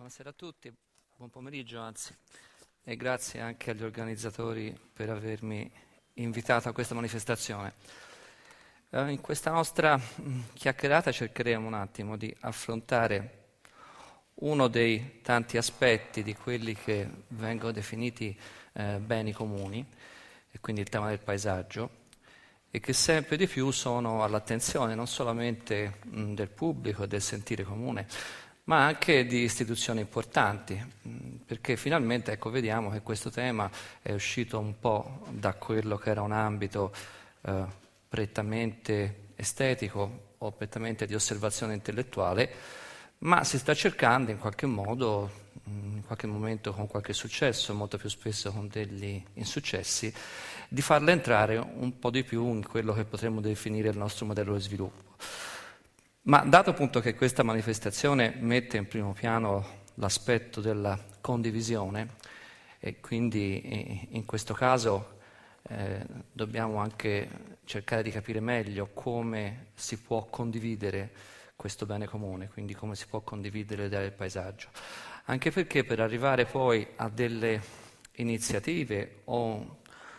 Buonasera a tutti, buon pomeriggio anzi, e grazie anche agli organizzatori per avermi invitato a questa manifestazione. In questa nostra chiacchierata cercheremo un attimo di affrontare uno dei tanti aspetti di quelli che vengono definiti beni comuni, e quindi il tema del paesaggio, e che sempre di più sono all'attenzione non solamente del pubblico e del sentire comune, ma anche di istituzioni importanti, perché finalmente vediamo che questo tema è uscito un po' da quello che era un ambito prettamente estetico o prettamente di osservazione intellettuale, ma si sta cercando in qualche modo, in qualche momento con qualche successo, molto più spesso con degli insuccessi, di farla entrare un po' di più in quello che potremmo definire il nostro modello di sviluppo. Ma dato appunto che questa manifestazione mette in primo piano l'aspetto della condivisione, e quindi in questo caso dobbiamo anche cercare di capire meglio come si può condividere questo bene comune, quindi come si può condividere l'idea del paesaggio. Anche perché per arrivare poi a delle iniziative o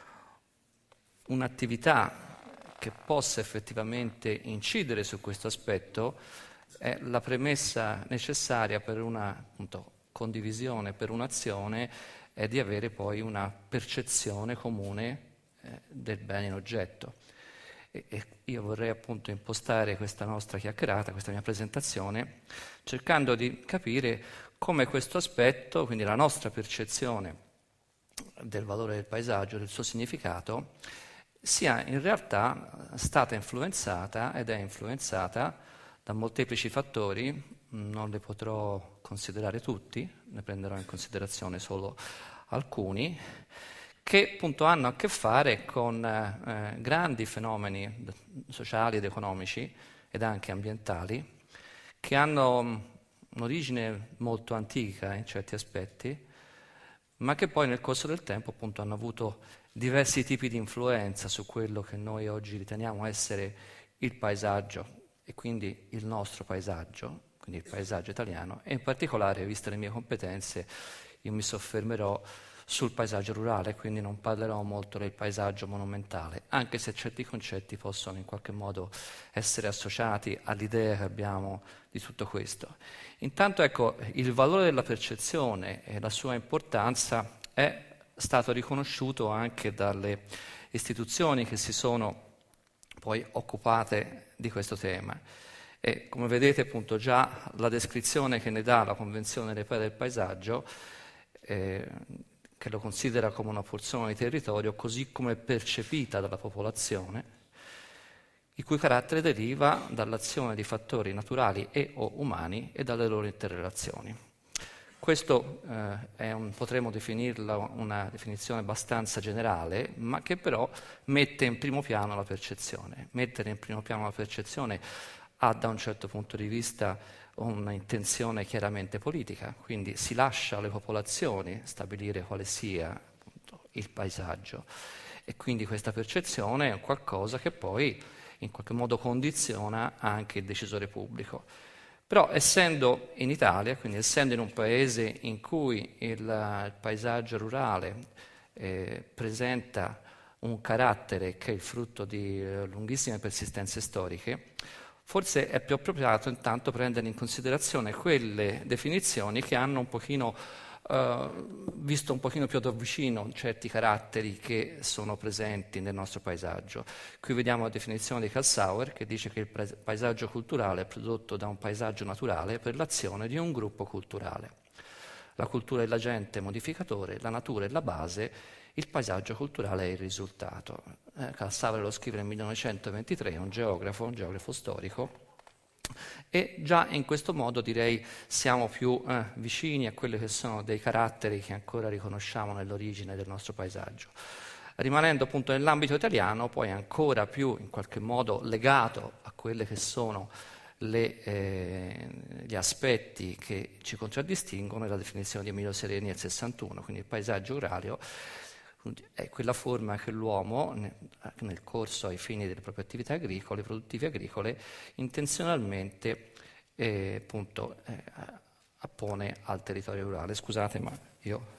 un'attività che possa effettivamente incidere su questo aspetto, è la premessa necessaria per una appunto, condivisione, per un'azione, è di avere poi una percezione comune del bene in oggetto. E io vorrei appunto impostare questa nostra chiacchierata, questa mia presentazione, cercando di capire come questo aspetto, quindi la nostra percezione del valore del paesaggio, del suo significato, sia in realtà stata influenzata ed è influenzata da molteplici fattori, non li potrò considerare tutti, ne prenderò in considerazione solo alcuni, che appunto hanno a che fare con grandi fenomeni sociali ed economici ed anche ambientali, che hanno un'origine molto antica in certi aspetti, ma che poi nel corso del tempo appunto hanno avuto diversi tipi di influenza su quello che noi oggi riteniamo essere il paesaggio e quindi il nostro paesaggio, quindi il paesaggio italiano, e in particolare, viste le mie competenze, io mi soffermerò sul paesaggio rurale, quindi non parlerò molto del paesaggio monumentale, anche se certi concetti possono in qualche modo essere associati all'idea che abbiamo di tutto questo. Intanto il valore della percezione e la sua importanza è stato riconosciuto anche dalle istituzioni che si sono poi occupate di questo tema. E come vedete appunto già la descrizione che ne dà la Convenzione europea del paesaggio, che lo considera come una porzione di territorio così come percepita dalla popolazione, il cui carattere deriva dall'azione di fattori naturali e o umani e dalle loro interrelazioni. Questo potremmo definirla una definizione abbastanza generale, ma che però mette in primo piano la percezione. Mettere in primo piano la percezione ha da un certo punto di vista un'intenzione chiaramente politica, quindi si lascia alle popolazioni stabilire quale sia appunto, il paesaggio, e quindi questa percezione è qualcosa che poi in qualche modo condiziona anche il decisore pubblico. Però essendo in Italia, quindi essendo in un paese in cui il paesaggio rurale presenta un carattere che è il frutto di lunghissime persistenze storiche, forse è più appropriato intanto prendere in considerazione quelle definizioni che hanno un pochino visto un pochino più da vicino certi caratteri che sono presenti nel nostro paesaggio. Qui vediamo la definizione di Kassauer, che dice che il paesaggio culturale è prodotto da un paesaggio naturale per l'azione di un gruppo culturale. La cultura è l'agente modificatore, la natura è la base, il paesaggio culturale è il risultato. Kassauer lo scrive nel 1923, un geografo storico, e già in questo modo direi siamo più vicini a quelli che sono dei caratteri che ancora riconosciamo nell'origine del nostro paesaggio. Rimanendo appunto nell'ambito italiano, poi ancora più in qualche modo legato a quelle che sono gli aspetti che ci contraddistinguono, è la definizione di Emilio Sereni nel 61, quindi il paesaggio rurario è quella forma che l'uomo, nel corso ai fini delle proprie attività agricole, produttive agricole, intenzionalmente appone al territorio rurale. Scusate, ma io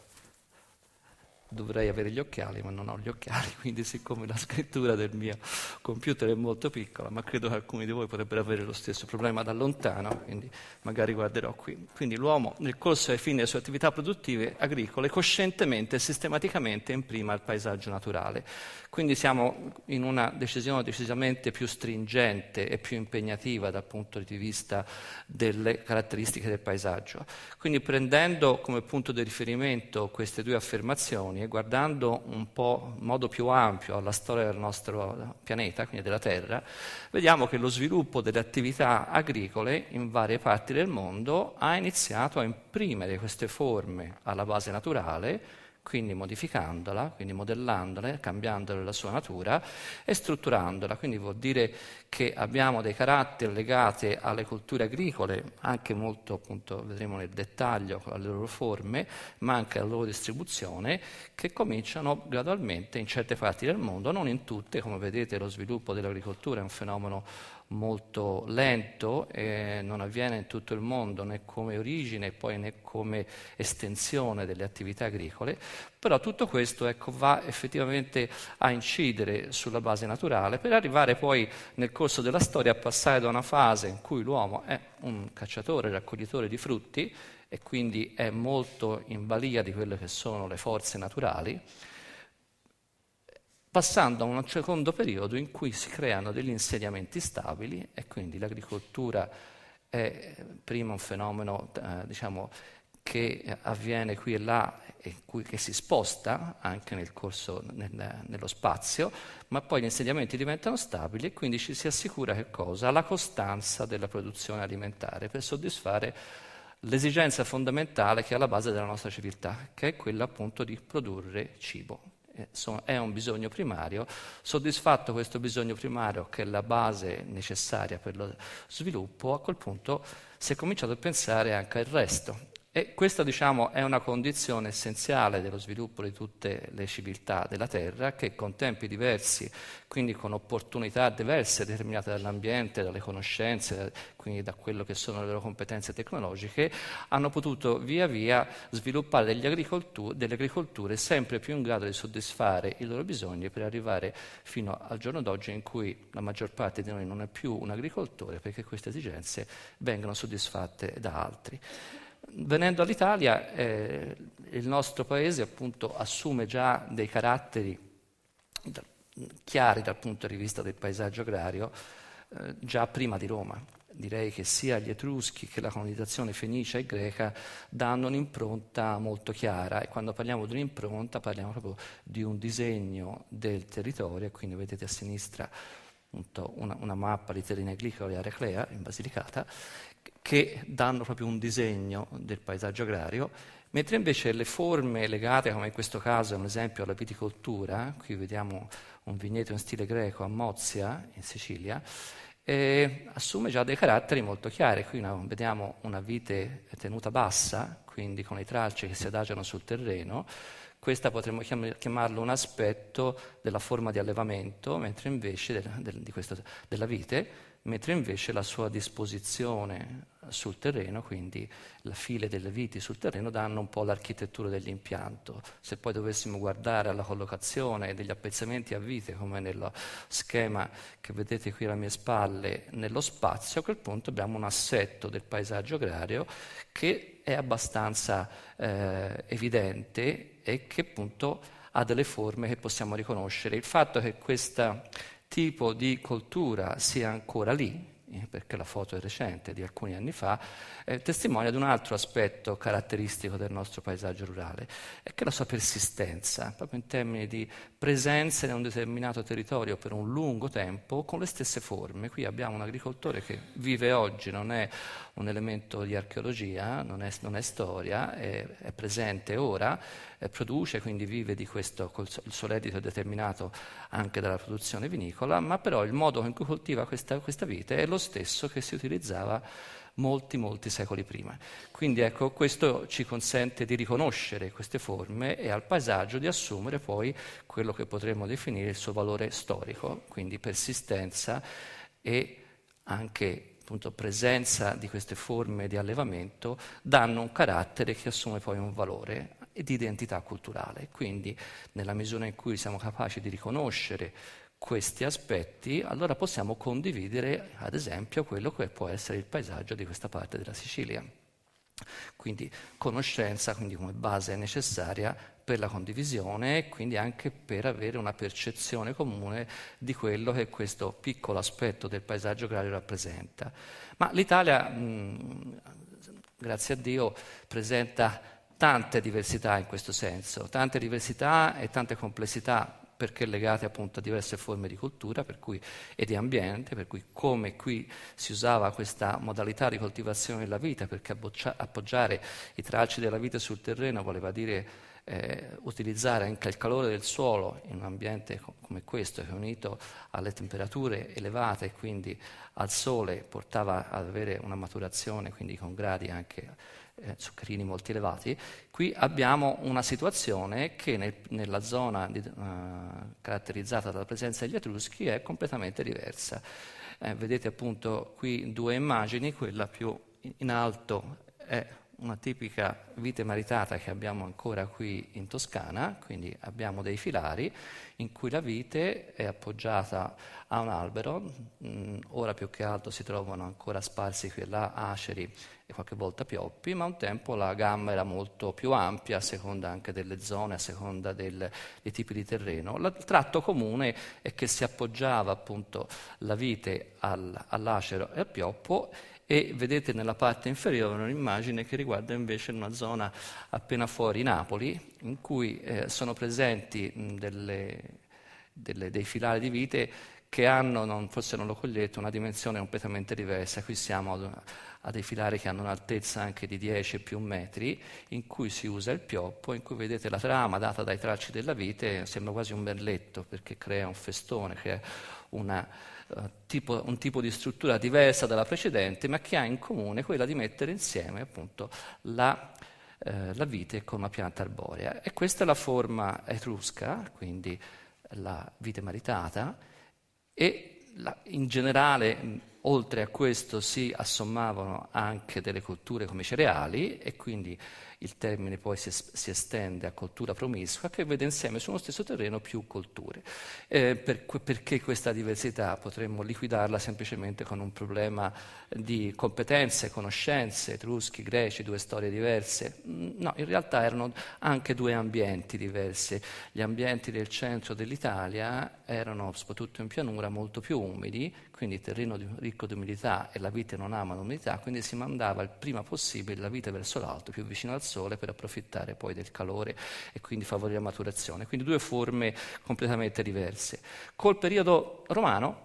dovrei avere gli occhiali, ma non ho gli occhiali, quindi siccome la scrittura del mio computer è molto piccola, ma credo che alcuni di voi potrebbero avere lo stesso problema da lontano, quindi magari guarderò qui. Quindi l'uomo, nel corso e ai fini delle sue attività produttive agricole, coscientemente e sistematicamente imprima il paesaggio naturale. Quindi siamo in una decisione decisamente più stringente e più impegnativa dal punto di vista delle caratteristiche del paesaggio. Quindi prendendo come punto di riferimento queste due affermazioni e guardando un po' in modo più ampio alla storia del nostro pianeta, quindi della Terra, vediamo che lo sviluppo delle attività agricole in varie parti del mondo ha iniziato a imprimere queste forme alla base naturale, quindi modificandola, quindi modellandola, cambiandole la sua natura e strutturandola. Quindi vuol dire che abbiamo dei caratteri legati alle culture agricole, anche molto, appunto, vedremo nel dettaglio con le loro forme, ma anche la loro distribuzione, che cominciano gradualmente in certe parti del mondo, non in tutte. Come vedete, lo sviluppo dell'agricoltura è un fenomeno molto lento e non avviene in tutto il mondo né come origine poi né come estensione delle attività agricole, però tutto questo, ecco, va effettivamente a incidere sulla base naturale per arrivare poi nel corso della storia a passare da una fase in cui l'uomo è un cacciatore, raccoglitore di frutti e quindi è molto in balia di quelle che sono le forze naturali, passando a un secondo periodo in cui si creano degli insediamenti stabili e quindi l'agricoltura è prima un fenomeno diciamo, che avviene qui e là e che si sposta anche nel corso, nello spazio, ma poi gli insediamenti diventano stabili e quindi ci si assicura che cosa? La costanza della produzione alimentare per soddisfare l'esigenza fondamentale che è alla base della nostra civiltà, che è quella appunto di produrre cibo. È un bisogno primario. Soddisfatto questo bisogno primario, che è la base necessaria per lo sviluppo, a quel punto si è cominciato a pensare anche al resto. E questa, diciamo, è una condizione essenziale dello sviluppo di tutte le civiltà della Terra, che con tempi diversi, quindi con opportunità diverse determinate dall'ambiente, dalle conoscenze, quindi da quello che sono le loro competenze tecnologiche, hanno potuto via via sviluppare delle agricolture sempre più in grado di soddisfare i loro bisogni per arrivare fino al giorno d'oggi in cui la maggior parte di noi non è più un agricoltore perché queste esigenze vengono soddisfatte da altri. Venendo all'Italia, il nostro paese appunto assume già dei caratteri chiari dal punto di vista del paesaggio agrario già prima di Roma. Direi che sia gli Etruschi che la colonizzazione fenicia e greca danno un'impronta molto chiara e quando parliamo di un'impronta parliamo proprio di un disegno del territorio e quindi vedete a sinistra appunto una mappa di terreni agricoli a Reclea in Basilicata che danno proprio un disegno del paesaggio agrario, mentre invece le forme legate, come in questo caso, ad esempio, alla viticoltura, qui vediamo un vigneto in stile greco a Mozia, in Sicilia, assume già dei caratteri molto chiari. Qui vediamo una vite tenuta bassa, quindi con i tralci che si adagiano sul terreno. Questa potremmo chiamarlo un aspetto della forma di allevamento, mentre invece della vite, mentre invece la sua disposizione sul terreno, quindi le file delle viti sul terreno, danno un po' l'architettura dell'impianto. Se poi dovessimo guardare alla collocazione degli appezzamenti a vite, come nello schema che vedete qui alle mie spalle, nello spazio, a quel punto abbiamo un assetto del paesaggio agrario che è abbastanza evidente e che appunto ha delle forme che possiamo riconoscere. Il fatto che questo tipo di coltura sia ancora lì, perché la foto è recente, di alcuni anni fa, testimonia di un altro aspetto caratteristico del nostro paesaggio rurale, è che la sua persistenza, proprio in termini di presenza in un determinato territorio per un lungo tempo con le stesse forme. Qui abbiamo un agricoltore che vive oggi, non è un elemento di archeologia, non è storia, è presente ora, produce, quindi vive di questo, il suo reddito è determinato anche dalla produzione vinicola, ma però il modo in cui coltiva questa vite è lo stesso che si utilizzava molti secoli prima. Quindi ecco, questo ci consente di riconoscere queste forme e al paesaggio di assumere poi quello che potremmo definire il suo valore storico, quindi persistenza e anche appunto presenza di queste forme di allevamento danno un carattere che assume poi un valore di identità culturale. Quindi nella misura in cui siamo capaci di riconoscere questi aspetti, allora possiamo condividere, ad esempio, quello che può essere il paesaggio di questa parte della Sicilia. Quindi conoscenza, quindi come base necessaria per la condivisione e quindi anche per avere una percezione comune di quello che questo piccolo aspetto del paesaggio agrario rappresenta. Ma l'Italia, grazie a Dio, presenta tante diversità in questo senso, tante diversità e tante complessità perché legate appunto a diverse forme di cultura e di ambiente, per cui come qui si usava questa modalità di coltivazione della vite, perché appoggiare i tralci della vite sul terreno voleva dire utilizzare anche il calore del suolo in un ambiente come questo, che è unito alle temperature elevate e quindi al sole portava ad avere una maturazione, quindi con gradi anche zuccherini molto elevati. Qui abbiamo una situazione che nella zona caratterizzata dalla presenza degli Etruschi è completamente diversa. Vedete appunto qui due immagini, quella più in alto è una tipica vite maritata che abbiamo ancora qui in Toscana, quindi abbiamo dei filari in cui la vite è appoggiata a un albero, ora più che altro si trovano ancora sparsi qui e là aceri e qualche volta pioppi, ma un tempo la gamma era molto più ampia a seconda anche delle zone, a seconda dei tipi di terreno. Il tratto comune è che si appoggiava appunto la vite all'acero e al pioppo, e vedete nella parte inferiore un'immagine che riguarda invece una zona appena fuori Napoli, in cui sono presenti dei filari di vite che hanno, forse non lo cogliete, una dimensione completamente diversa. Qui siamo a dei filari che hanno un'altezza anche di 10 e più metri, in cui si usa il pioppo, in cui vedete la trama data dai tralci della vite, sembra quasi un merletto, perché crea un festone, crea un tipo di struttura diversa dalla precedente, ma che ha in comune quella di mettere insieme appunto la vite con una pianta arborea. E questa è la forma etrusca, quindi la vite maritata, e in generale oltre a questo si assommavano anche delle colture come i cereali, e quindi il termine poi si estende a coltura promiscua, che vede insieme su uno stesso terreno più colture. Perché questa diversità? Potremmo liquidarla semplicemente con un problema di competenze, conoscenze, etruschi, greci, due storie diverse. No, in realtà erano anche due ambienti diversi. Gli ambienti del centro dell'Italia erano, soprattutto in pianura, molto più umidi, quindi terreno ricco di umidità, e la vite non ama l'umidità, quindi si mandava il prima possibile la vite verso l'alto, più vicino al sole, per approfittare poi del calore e quindi favorire la maturazione. Quindi due forme completamente diverse. Col periodo romano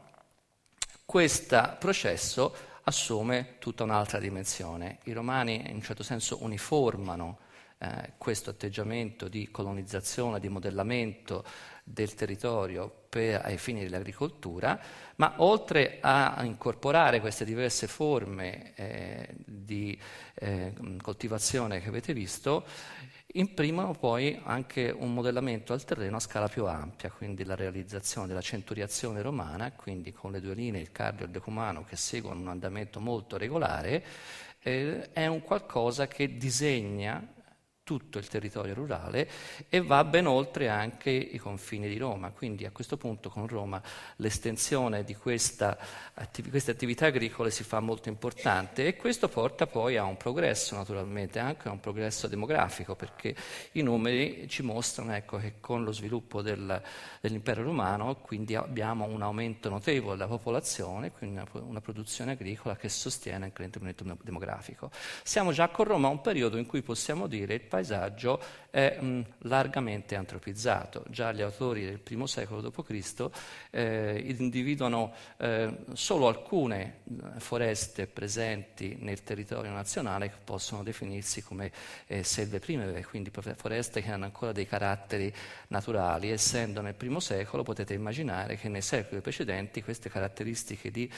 questo processo assume tutta un'altra dimensione. I romani in un certo senso uniformano questo atteggiamento di colonizzazione, di modellamento del territorio ai fini dell'agricoltura, ma oltre a incorporare queste diverse forme di coltivazione che avete visto, imprimono poi anche un modellamento al terreno a scala più ampia, quindi la realizzazione della centuriazione romana, quindi con le due linee, il cardio e il decumano, che seguono un andamento molto regolare, è un qualcosa che disegna tutto il territorio rurale e va ben oltre anche i confini di Roma. Quindi a questo punto con Roma l'estensione di queste attività agricole si fa molto importante, e questo porta poi a un progresso, naturalmente, anche a un progresso demografico, perché i numeri ci mostrano, ecco, che con lo sviluppo dell'impero romano quindi abbiamo un aumento notevole della popolazione, quindi una produzione agricola che sostiene anche l'incremento demografico. Siamo già con Roma a un periodo in cui possiamo dire il paesaggio è largamente antropizzato. Già gli autori del I secolo d.C. Individuano solo alcune foreste presenti nel territorio nazionale che possono definirsi come selve primeve, quindi foreste che hanno ancora dei caratteri naturali. Essendo nel I secolo, potete immaginare che nei secoli precedenti queste caratteristiche di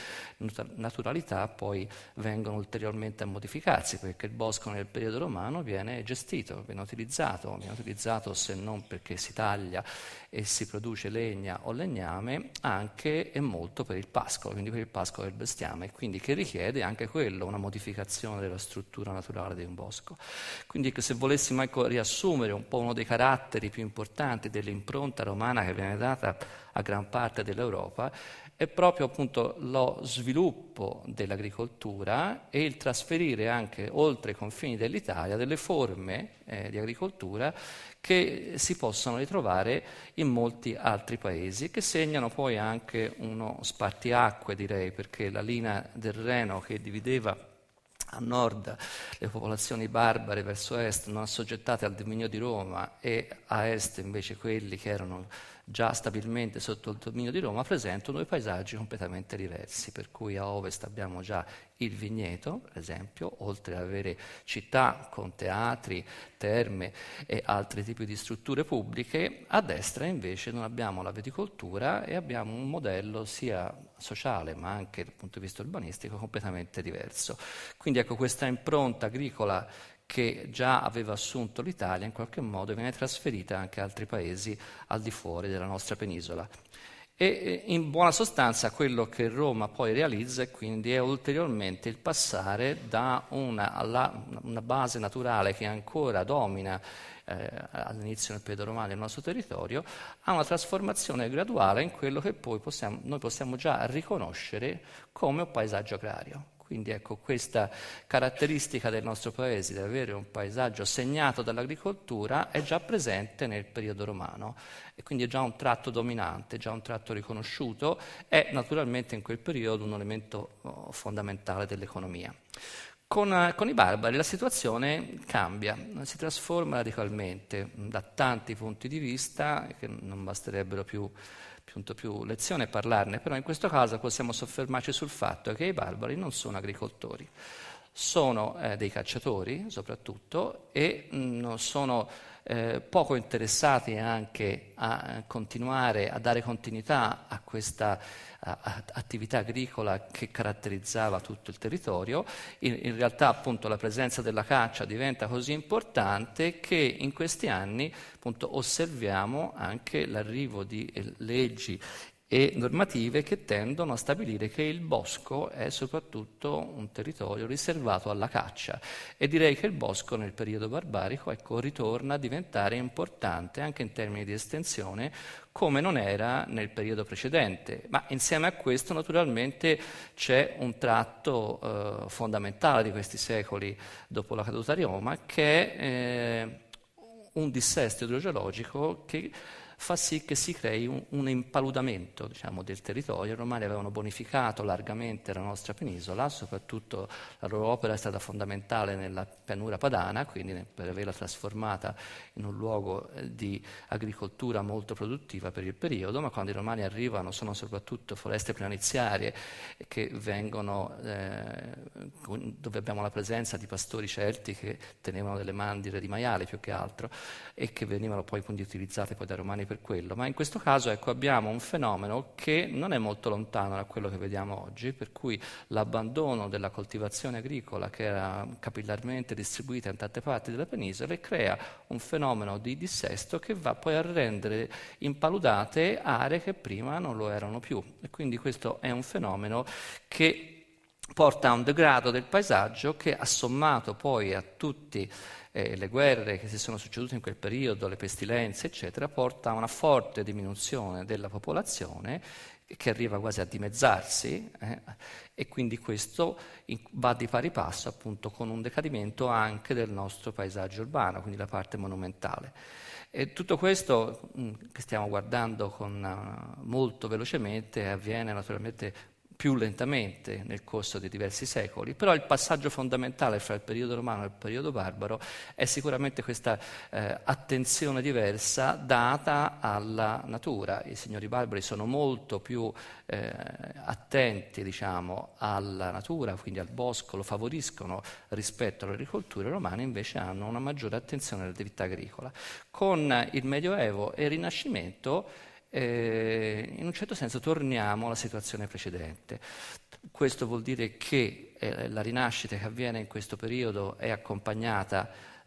naturalità poi vengono ulteriormente a modificarsi, perché il bosco nel periodo romano viene gestito costruito, viene utilizzato se non perché si taglia e si produce legna o legname, anche e molto per il pascolo, quindi per il pascolo del bestiame, quindi che richiede anche quello una modificazione della struttura naturale di un bosco. Quindi se volessimo riassumere un po' uno dei caratteri più importanti dell'impronta romana che viene data a gran parte dell'Europa, è proprio appunto lo sviluppo dell'agricoltura e il trasferire anche oltre i confini dell'Italia delle forme di agricoltura che si possono ritrovare in molti altri paesi, che segnano poi anche uno spartiacque, direi, perché la linea del Reno che divideva a nord le popolazioni barbare verso est non assoggettate al dominio di Roma e a est invece quelli che erano già stabilmente sotto il dominio di Roma, presentano due paesaggi completamente diversi, per cui a ovest abbiamo già il vigneto, per esempio, oltre ad avere città con teatri, terme e altri tipi di strutture pubbliche, a destra invece non abbiamo la viticoltura e abbiamo un modello sia sociale ma anche dal punto di vista urbanistico completamente diverso. Quindi ecco, questa impronta agricola che già aveva assunto l'Italia in qualche modo viene trasferita anche a altri paesi al di fuori della nostra penisola. E in buona sostanza quello che Roma poi realizza quindi è ulteriormente il passare da una base naturale che ancora domina all'inizio del periodo romano il nostro territorio, a una trasformazione graduale in quello che poi noi possiamo già riconoscere come un paesaggio agrario. Quindi ecco, questa caratteristica del nostro paese di avere un paesaggio segnato dall'agricoltura è già presente nel periodo romano e quindi è già un tratto dominante, già un tratto riconosciuto, è naturalmente in quel periodo un elemento fondamentale dell'economia. Con i barbari la situazione cambia, si trasforma radicalmente da tanti punti di vista, che non basterebbero più lezioni a parlarne, però in questo caso possiamo soffermarci sul fatto che i barbari non sono agricoltori, sono dei cacciatori soprattutto e sono poco interessati anche a continuare a dare continuità a questa attività agricola che caratterizzava tutto il territorio. In realtà appunto la presenza della caccia diventa così importante che in questi anni appunto osserviamo anche l'arrivo di leggi e normative che tendono a stabilire che il bosco è soprattutto un territorio riservato alla caccia e direi che il bosco nel periodo barbarico ritorna a diventare importante anche in termini di estensione come non era nel periodo precedente, ma insieme a questo naturalmente c'è un tratto fondamentale di questi secoli dopo la caduta di Roma che è un dissesto idrogeologico che fa sì che si crei un impaludamento, diciamo, del territorio. I romani avevano bonificato largamente la nostra penisola, soprattutto la loro opera è stata fondamentale nella pianura padana, quindi per averla trasformata in un luogo di agricoltura molto produttiva per il periodo, ma quando i romani arrivano sono soprattutto foreste planiziarie che vengono, dove abbiamo la presenza di pastori celti che tenevano delle mandrie di maiale più che altro e che venivano poi quindi utilizzate poi dai romani per quello, ma in questo caso abbiamo un fenomeno che non è molto lontano da quello che vediamo oggi, per cui l'abbandono della coltivazione agricola che era capillarmente distribuita in tante parti della penisola crea un fenomeno di dissesto che va poi a rendere impaludate aree che prima non lo erano più e quindi questo è un fenomeno che porta a un degrado del paesaggio che assommato poi a tutti le guerre che si sono succedute in quel periodo, le pestilenze, eccetera, porta a una forte diminuzione della popolazione che arriva quasi a dimezzarsi e quindi questo va di pari passo appunto con un decadimento anche del nostro paesaggio urbano, quindi la parte monumentale. E tutto questo che stiamo guardando molto velocemente avviene naturalmente più lentamente nel corso dei diversi secoli, però il passaggio fondamentale fra il periodo romano e il periodo barbaro è sicuramente questa attenzione diversa data alla natura. I signori barbari sono molto più attenti, diciamo, alla natura, quindi al bosco, lo favoriscono rispetto all'agricoltura. I romani invece hanno una maggiore attenzione all'attività agricola. Con il Medioevo e il Rinascimento in un certo senso torniamo alla situazione precedente. Questo vuol dire che la rinascita che avviene in questo periodo è accompagnata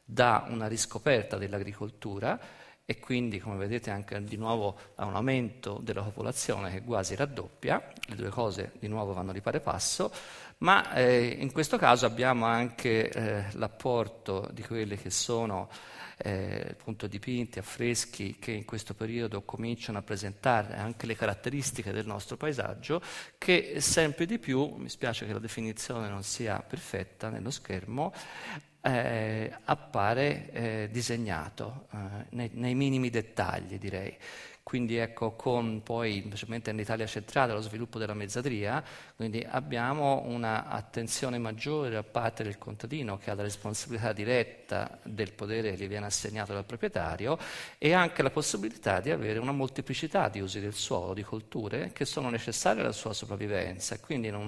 da una riscoperta dell'agricoltura e quindi, come vedete, anche di nuovo a un aumento della popolazione che quasi raddoppia. Le due cose di nuovo vanno di pari passo, ma in questo caso abbiamo anche l'apporto di quelli che sono appunto dipinti, affreschi che in questo periodo cominciano a presentare anche le caratteristiche del nostro paesaggio, che sempre di più, mi spiace che la definizione non sia perfetta nello schermo, appare disegnato nei minimi dettagli, direi. Quindi ecco, con poi, specialmente nell'Italia centrale, lo sviluppo della mezzadria, quindi abbiamo una attenzione maggiore da parte del contadino, che ha la responsabilità diretta del potere che gli viene assegnato dal proprietario, e anche la possibilità di avere una molteplicità di usi del suolo, di colture, che sono necessarie alla sua sopravvivenza. Quindi in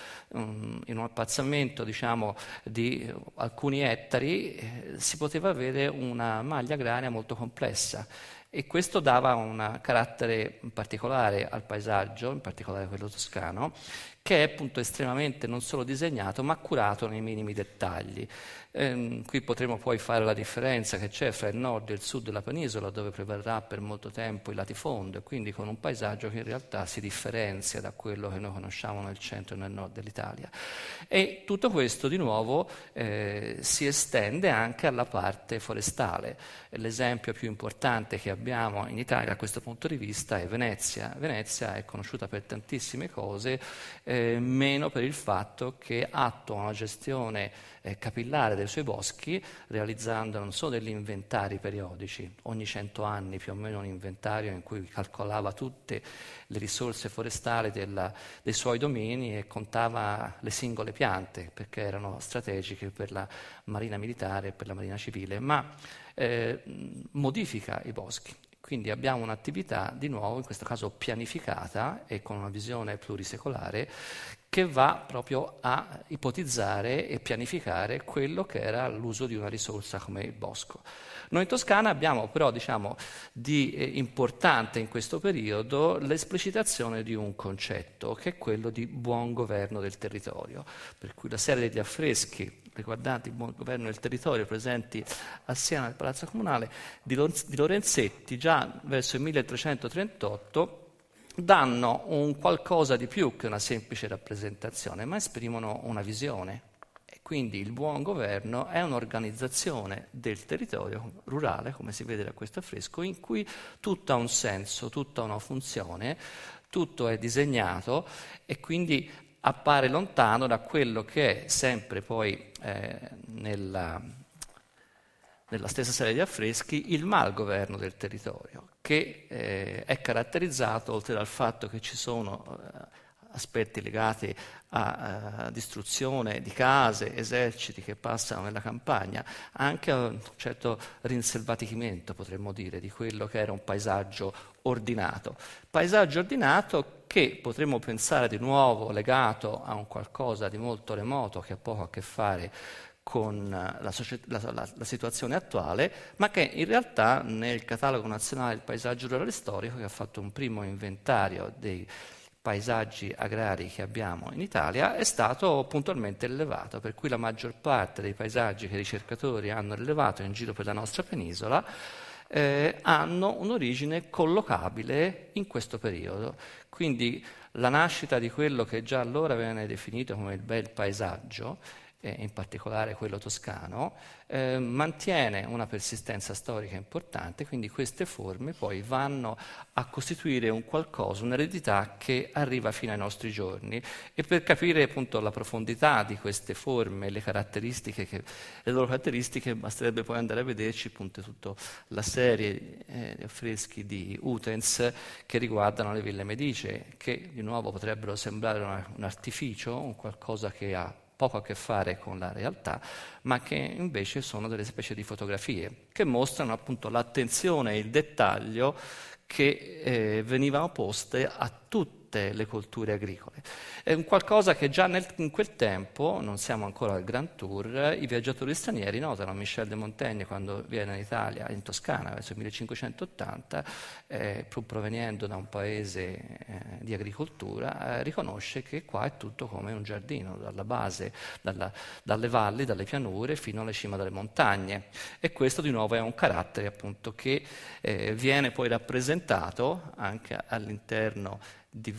un appazzamento, diciamo, di alcuni ettari si poteva avere una maglia agraria molto complessa. E questo dava un carattere particolare al paesaggio, in particolare quello toscano, che è appunto estremamente non solo disegnato, ma curato nei minimi dettagli. Qui potremo poi fare la differenza che c'è fra il nord e il sud della penisola, dove prevarrà per molto tempo il latifondo, e quindi con un paesaggio che in realtà si differenzia da quello che noi conosciamo nel centro e nel nord dell'Italia. E tutto questo di nuovo si estende anche alla parte forestale. L'esempio più importante che abbiamo in Italia da questo punto di vista è Venezia. Venezia è conosciuta per tantissime cose, meno per il fatto che attua una gestione capillare dei suoi boschi, realizzando non solo degli inventari periodici, ogni 100 anni più o meno un inventario in cui calcolava tutte le risorse forestali dei suoi domini e contava le singole piante, perché erano strategiche per la marina militare e per la marina civile, ma modifica i boschi. Quindi abbiamo un'attività, di nuovo, in questo caso pianificata e con una visione plurisecolare, che va proprio a ipotizzare e pianificare quello che era l'uso di una risorsa come il bosco. Noi in Toscana abbiamo però, diciamo, di importante in questo periodo l'esplicitazione di un concetto, che è quello di buon governo del territorio, per cui la serie degli affreschi riguardanti il buon governo del territorio presenti a Siena nel Palazzo Comunale di Lorenzetti già verso il 1338 danno un qualcosa di più che una semplice rappresentazione, ma esprimono una visione. E quindi il buon governo è un'organizzazione del territorio rurale, come si vede da questo affresco, in cui tutto ha un senso, tutto ha una funzione, tutto è disegnato e quindi appare lontano da quello che è sempre poi nella stessa serie di affreschi il malgoverno del territorio, che è caratterizzato, oltre dal fatto che ci sono aspetti legati a distruzione di case, eserciti che passano nella campagna, anche a un certo rinselvatichimento, potremmo dire, di quello che era un paesaggio ordinato. Paesaggio ordinato che potremmo pensare di nuovo legato a un qualcosa di molto remoto che ha poco a che fare con la situazione attuale, ma che in realtà nel Catalogo Nazionale del Paesaggio Rurale Storico, che ha fatto un primo inventario dei paesaggi agrari che abbiamo in Italia, è stato puntualmente rilevato, per cui la maggior parte dei paesaggi che i ricercatori hanno rilevato in giro per la nostra penisola hanno un'origine collocabile in questo periodo. Quindi la nascita di quello che già allora venne definito come il bel paesaggio, in particolare quello toscano, mantiene una persistenza storica importante, quindi queste forme poi vanno a costituire un qualcosa, un'eredità che arriva fino ai nostri giorni. E per capire appunto la profondità di queste forme, le loro caratteristiche, basterebbe poi andare a vederci appunto tutta la serie di affreschi di Utens che riguardano le ville medicee, che di nuovo potrebbero sembrare un artificio, un qualcosa che ha poco a che fare con la realtà, ma che invece sono delle specie di fotografie che mostrano appunto l'attenzione e il dettaglio che venivano poste a tutte le colture agricole. È un qualcosa che già in quel tempo, non siamo ancora al Grand Tour, i viaggiatori stranieri notano. Michel de Montaigne, quando viene in Italia, in Toscana, verso il 1580, pur provenendo da un paese di agricoltura, riconosce che qua è tutto come un giardino, dalla base, dalle valli, dalle pianure, fino alla cima delle montagne. E questo di nuovo è un carattere appunto che viene poi rappresentato anche all'interno di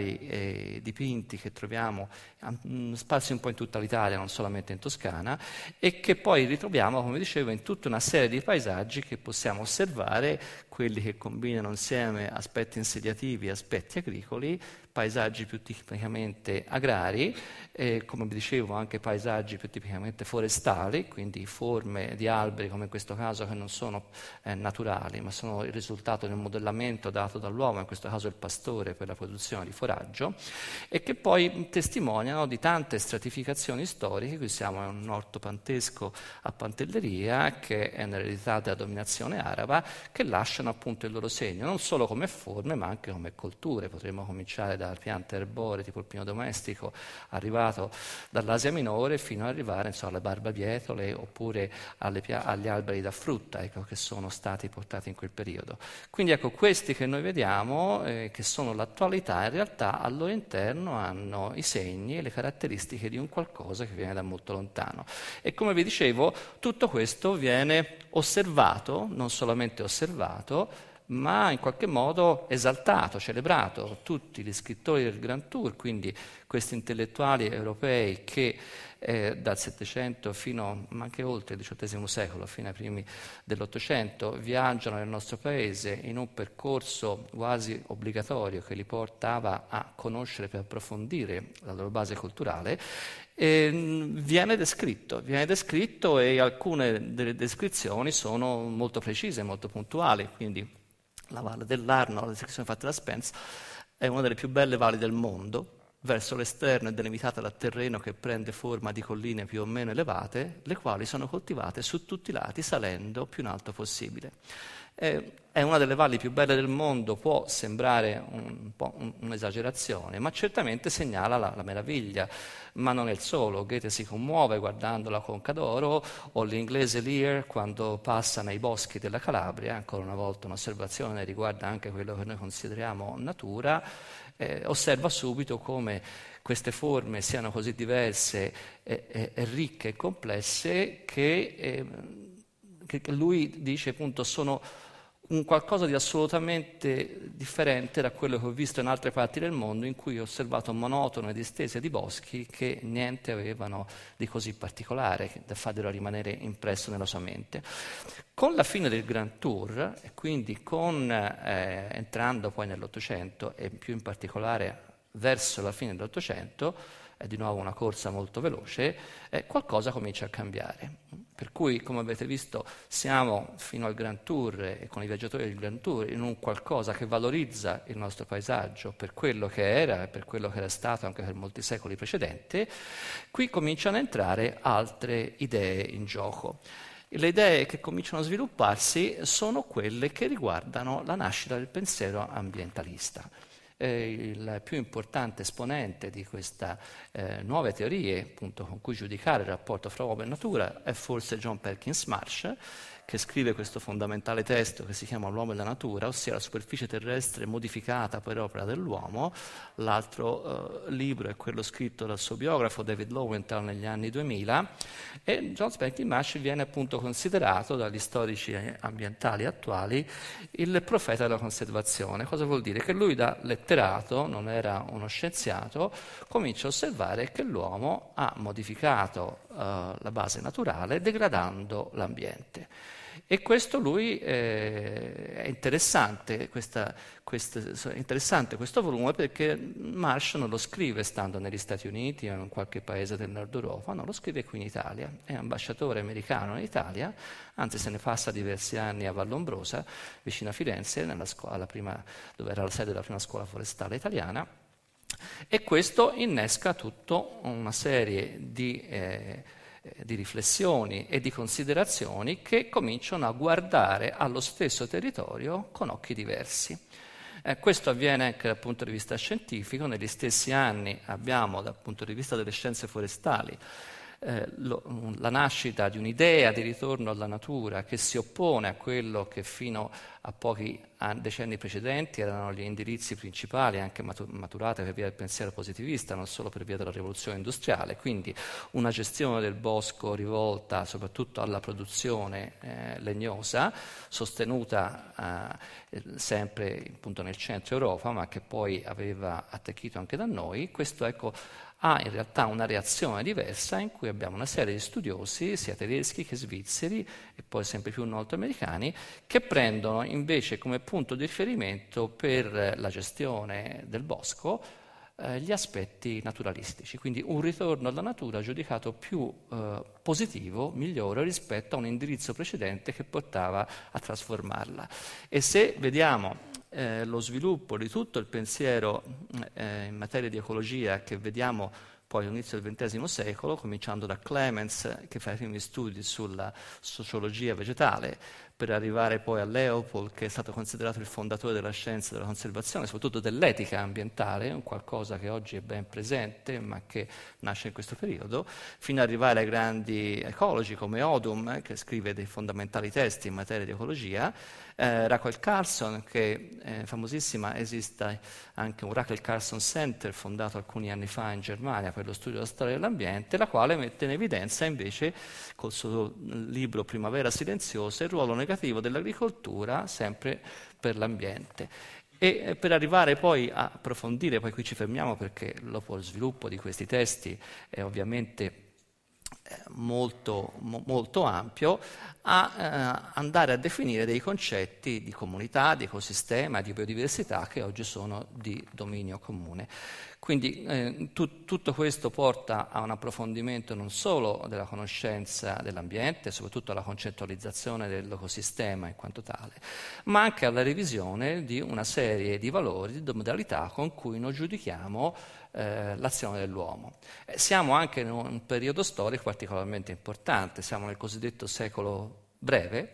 vari dipinti che troviamo sparsi un po' in tutta l'Italia, non solamente in Toscana, e che poi ritroviamo, come dicevo, in tutta una serie di paesaggi che possiamo osservare, quelli che combinano insieme aspetti insediativi e aspetti agricoli, paesaggi più tipicamente agrari, come vi dicevo anche paesaggi più tipicamente forestali, quindi forme di alberi come in questo caso che non sono naturali, ma sono il risultato del modellamento dato dall'uomo, in questo caso il pastore per la produzione di foraggio, e che poi testimoniano di tante stratificazioni storiche. Qui siamo in un orto pantesco a Pantelleria, che è un'eredità della dominazione araba, che lasciano appunto il loro segno, non solo come forme ma anche come colture. Potremmo cominciare da piante erboree tipo il pino domestico, arrivato dall'Asia Minore, fino ad arrivare alle barbabietole oppure agli alberi da frutta, ecco, che sono stati portati in quel periodo. Quindi ecco, questi che noi vediamo, che sono l'attualità, in realtà al loro interno hanno i segni e le caratteristiche di un qualcosa che viene da molto lontano. E come vi dicevo, tutto questo viene osservato, non solamente osservato, ma in qualche modo esaltato, celebrato. Tutti gli scrittori del Grand Tour, quindi questi intellettuali europei che dal Settecento fino, ma anche oltre il XVIII secolo, fino ai primi dell'Ottocento, viaggiano nel nostro paese in un percorso quasi obbligatorio che li portava a conoscere per approfondire la loro base culturale, viene descritto e alcune delle descrizioni sono molto precise, molto puntuali, quindi la valle dell'Arno, la descrizione fatta da Spence, è una delle più belle valli del mondo. Verso l'esterno è delimitata da terreno che prende forma di colline più o meno elevate, le quali sono coltivate su tutti i lati, salendo più in alto possibile. È una delle valli più belle del mondo, può sembrare un po' un'esagerazione, ma certamente segnala la meraviglia. Ma non è il solo. Goethe si commuove guardando la Conca d'Oro, o l'inglese Lear quando passa nei boschi della Calabria, ancora una volta un'osservazione riguarda anche quello che noi consideriamo natura, osserva subito come queste forme siano così diverse e ricche e complesse che lui dice appunto sono un qualcosa di assolutamente differente da quello che ho visto in altre parti del mondo, in cui ho osservato monotone distese di boschi che niente avevano di così particolare da farlo rimanere impresso nella sua mente. Con la fine del Grand Tour, e quindi entrando poi nell'Ottocento e più in particolare verso la fine dell'Ottocento, è di nuovo una corsa molto veloce, qualcosa comincia a cambiare. Per cui, come avete visto, siamo fino al Grand Tour e con i viaggiatori del Grand Tour in un qualcosa che valorizza il nostro paesaggio per quello che era e per quello che era stato anche per molti secoli precedenti. Qui cominciano a entrare altre idee in gioco. Le idee che cominciano a svilupparsi sono quelle che riguardano la nascita del pensiero ambientalista. Il più importante esponente di queste nuove teorie, appunto, con cui giudicare il rapporto fra uomo e natura, è forse John Perkins Marsh, che scrive questo fondamentale testo che si chiama L'uomo e la natura, ossia la superficie terrestre modificata per opera dell'uomo. L'altro libro è quello scritto dal suo biografo David Lowenthal negli anni 2000, e John Perkins Marsh viene appunto considerato dagli storici ambientali attuali il profeta della conservazione. Cosa vuol dire? Che lui, da letterato, non era uno scienziato, comincia a osservare che l'uomo ha modificato la base naturale degradando l'ambiente. E questo lui è interessante, interessante questo volume, perché Marsh non lo scrive stando negli Stati Uniti o in qualche paese del nord Europa, no, lo scrive qui in Italia, è ambasciatore americano in Italia, anzi se ne passa diversi anni a Vallombrosa, vicino a Firenze, dove era la sede della prima scuola forestale italiana, e questo innesca tutta una serie di riflessioni e di considerazioni che cominciano a guardare allo stesso territorio con occhi diversi. Questo avviene anche dal punto di vista scientifico. Negli stessi anni abbiamo, dal punto di vista delle scienze forestali, la nascita di un'idea di ritorno alla natura che si oppone a quello che fino a pochi decenni precedenti erano gli indirizzi principali, anche maturate per via del pensiero positivista, non solo per via della rivoluzione industriale. Quindi una gestione del bosco rivolta soprattutto alla produzione legnosa, sostenuta sempre appunto nel centro Europa, ma che poi aveva attecchito anche da noi. Questo, ecco, ha in realtà una reazione diversa, in cui abbiamo una serie di studiosi, sia tedeschi che svizzeri e poi sempre più nordamericani, che prendono invece come punto di riferimento per la gestione del bosco gli aspetti naturalistici, quindi un ritorno alla natura giudicato più positivo, migliore rispetto a un indirizzo precedente che portava a trasformarla. E se vediamo lo sviluppo di tutto il pensiero in materia di ecologia che vediamo poi all'inizio del XX secolo, cominciando da Clemens, che fa i primi studi sulla sociologia vegetale, per arrivare poi a Leopold, che è stato considerato il fondatore della scienza della conservazione, soprattutto dell'etica ambientale, un qualcosa che oggi è ben presente, ma che nasce in questo periodo, fino ad arrivare ai grandi ecologi come Odum, che scrive dei fondamentali testi in materia di ecologia, Rachel Carson, che è famosissima, esiste anche un Rachel Carson Center fondato alcuni anni fa in Germania per lo studio della storia dell'ambiente, la quale mette in evidenza invece col suo libro Primavera silenziosa il ruolo negativo dell'agricoltura sempre per l'ambiente. E per arrivare poi a approfondire, poi qui ci fermiamo perché dopo lo sviluppo di questi testi è ovviamente molto ampio, a andare a definire dei concetti di comunità, di ecosistema, di biodiversità che oggi sono di dominio comune. Quindi tutto questo porta a un approfondimento non solo della conoscenza dell'ambiente, soprattutto alla concettualizzazione dell'ecosistema in quanto tale, ma anche alla revisione di una serie di valori, di modalità con cui noi giudichiamo l'azione dell'uomo. Siamo anche in un periodo storico particolarmente importante, siamo nel cosiddetto secolo breve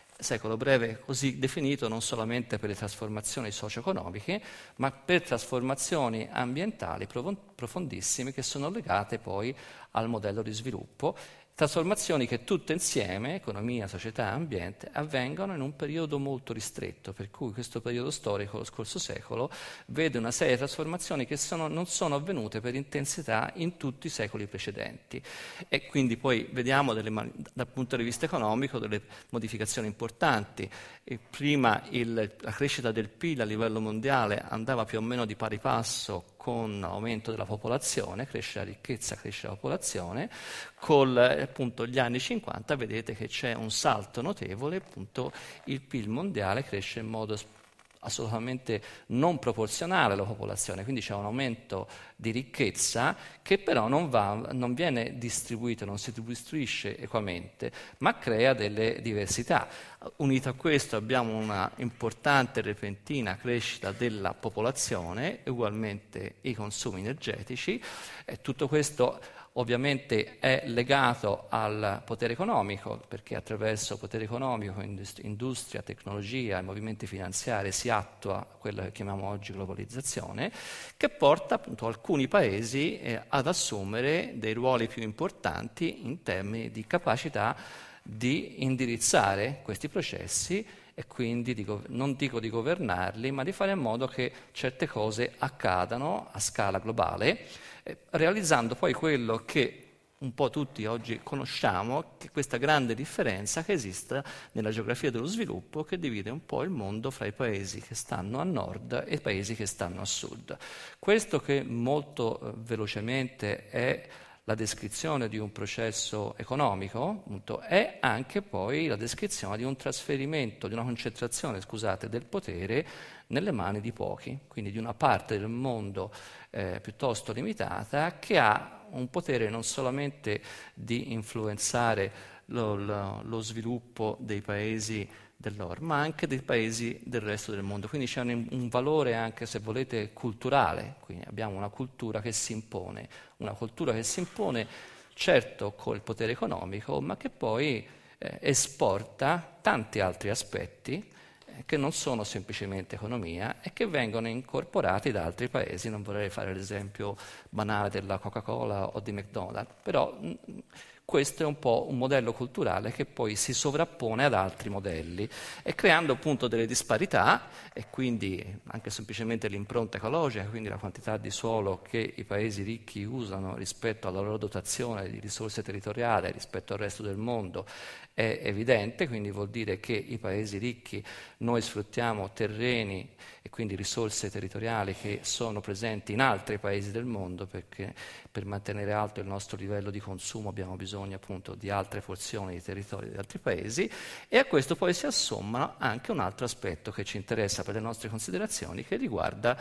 così definito non solamente per le trasformazioni socio-economiche, ma per trasformazioni ambientali profondissime che sono legate poi al modello di sviluppo. Trasformazioni che tutte insieme, economia, società, ambiente, avvengono in un periodo molto ristretto, per cui questo periodo storico, lo scorso secolo, vede una serie di trasformazioni che non sono avvenute per intensità in tutti i secoli precedenti. E quindi poi vediamo dal punto di vista economico delle modificazioni importanti. E prima la crescita del PIL a livello mondiale andava più o meno di pari passo con l'aumento della popolazione, cresce la ricchezza, cresce la popolazione. Con appunto gli anni 50 vedete che c'è un salto notevole, appunto il PIL mondiale cresce in modo assolutamente non proporzionale alla popolazione, quindi c'è un aumento di ricchezza che però non viene distribuito, non si distribuisce equamente, ma crea delle diversità. Unito a questo abbiamo una importante e repentina crescita della popolazione, ugualmente i consumi energetici, e tutto questo ovviamente è legato al potere economico, perché attraverso potere economico, industria, tecnologia e movimenti finanziari si attua quella che chiamiamo oggi globalizzazione, che porta appunto alcuni paesi ad assumere dei ruoli più importanti in termini di capacità di indirizzare questi processi e quindi non dico di governarli, ma di fare in modo che certe cose accadano a scala globale, realizzando poi quello che un po' tutti oggi conosciamo, che è questa grande differenza che esiste nella geografia dello sviluppo che divide un po' il mondo fra i paesi che stanno a nord e i paesi che stanno a sud. Questo che molto velocemente è la descrizione di un processo economico, appunto, è anche poi la descrizione di un trasferimento, di una concentrazione, scusate, del potere nelle mani di pochi, quindi di una parte del mondo piuttosto limitata che ha un potere non solamente di influenzare lo sviluppo dei paesi del nord, ma anche dei paesi del resto del mondo. Quindi c'è un valore anche, se volete, culturale. Quindi abbiamo una cultura che si impone certo col potere economico, ma che poi esporta tanti altri aspetti che non sono semplicemente economia e che vengono incorporati da altri paesi. Non vorrei fare l'esempio banale della Coca-Cola o di McDonald's, però questo è un po' un modello culturale che poi si sovrappone ad altri modelli e creando appunto delle disparità e quindi anche semplicemente l'impronta ecologica, quindi la quantità di suolo che i paesi ricchi usano rispetto alla loro dotazione di risorse territoriali rispetto al resto del mondo è evidente, quindi vuol dire che i paesi ricchi noi sfruttiamo terreni e quindi risorse territoriali che sono presenti in altri paesi del mondo, perché per mantenere alto il nostro livello di consumo abbiamo bisogno appunto di altre porzioni di territorio di altri paesi, e a questo poi si assomma anche un altro aspetto che ci interessa per le nostre considerazioni, che riguarda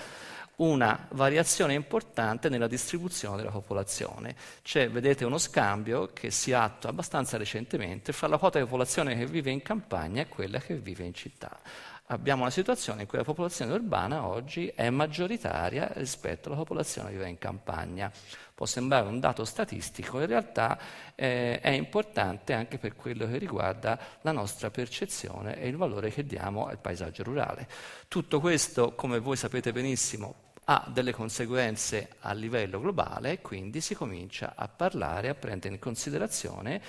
una variazione importante nella distribuzione della popolazione. C'è, vedete, uno scambio che si attua abbastanza recentemente fra la quota di popolazione che vive in campagna e quella che vive in città. Abbiamo una situazione in cui la popolazione urbana oggi è maggioritaria rispetto alla popolazione che vive in campagna. Può sembrare un dato statistico, in realtà è importante anche per quello che riguarda la nostra percezione e il valore che diamo al paesaggio rurale. Tutto questo, come voi sapete benissimo, ha delle conseguenze a livello globale, quindi si comincia a parlare, a prendere in considerazione,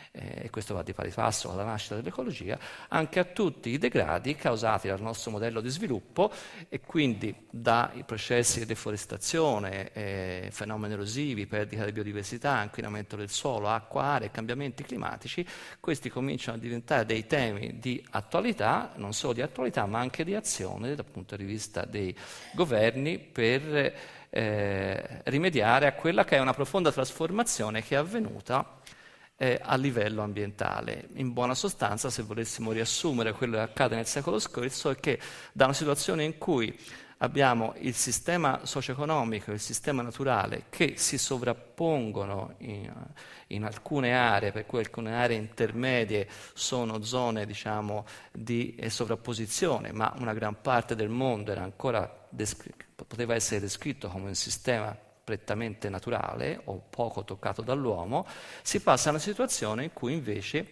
e questo va di pari passo con la nascita dell'ecologia, anche a tutti i degradi causati dal nostro modello di sviluppo e quindi dai processi di deforestazione, fenomeni erosivi, perdita di biodiversità, inquinamento del suolo, acqua, aria e cambiamenti climatici. Questi cominciano a diventare dei temi di attualità, non solo di attualità ma anche di azione dal punto di vista dei governi per rimediare a quella che è una profonda trasformazione che è avvenuta a livello ambientale. In buona sostanza, se volessimo riassumere quello che accade nel secolo scorso, è che da una situazione in cui abbiamo il sistema socio-economico e il sistema naturale che si sovrappongono in alcune aree, per cui alcune aree intermedie sono zone, diciamo, di sovrapposizione, ma una gran parte del mondo era ancora poteva essere descritto come un sistema prettamente naturale o poco toccato dall'uomo, si passa a una situazione in cui invece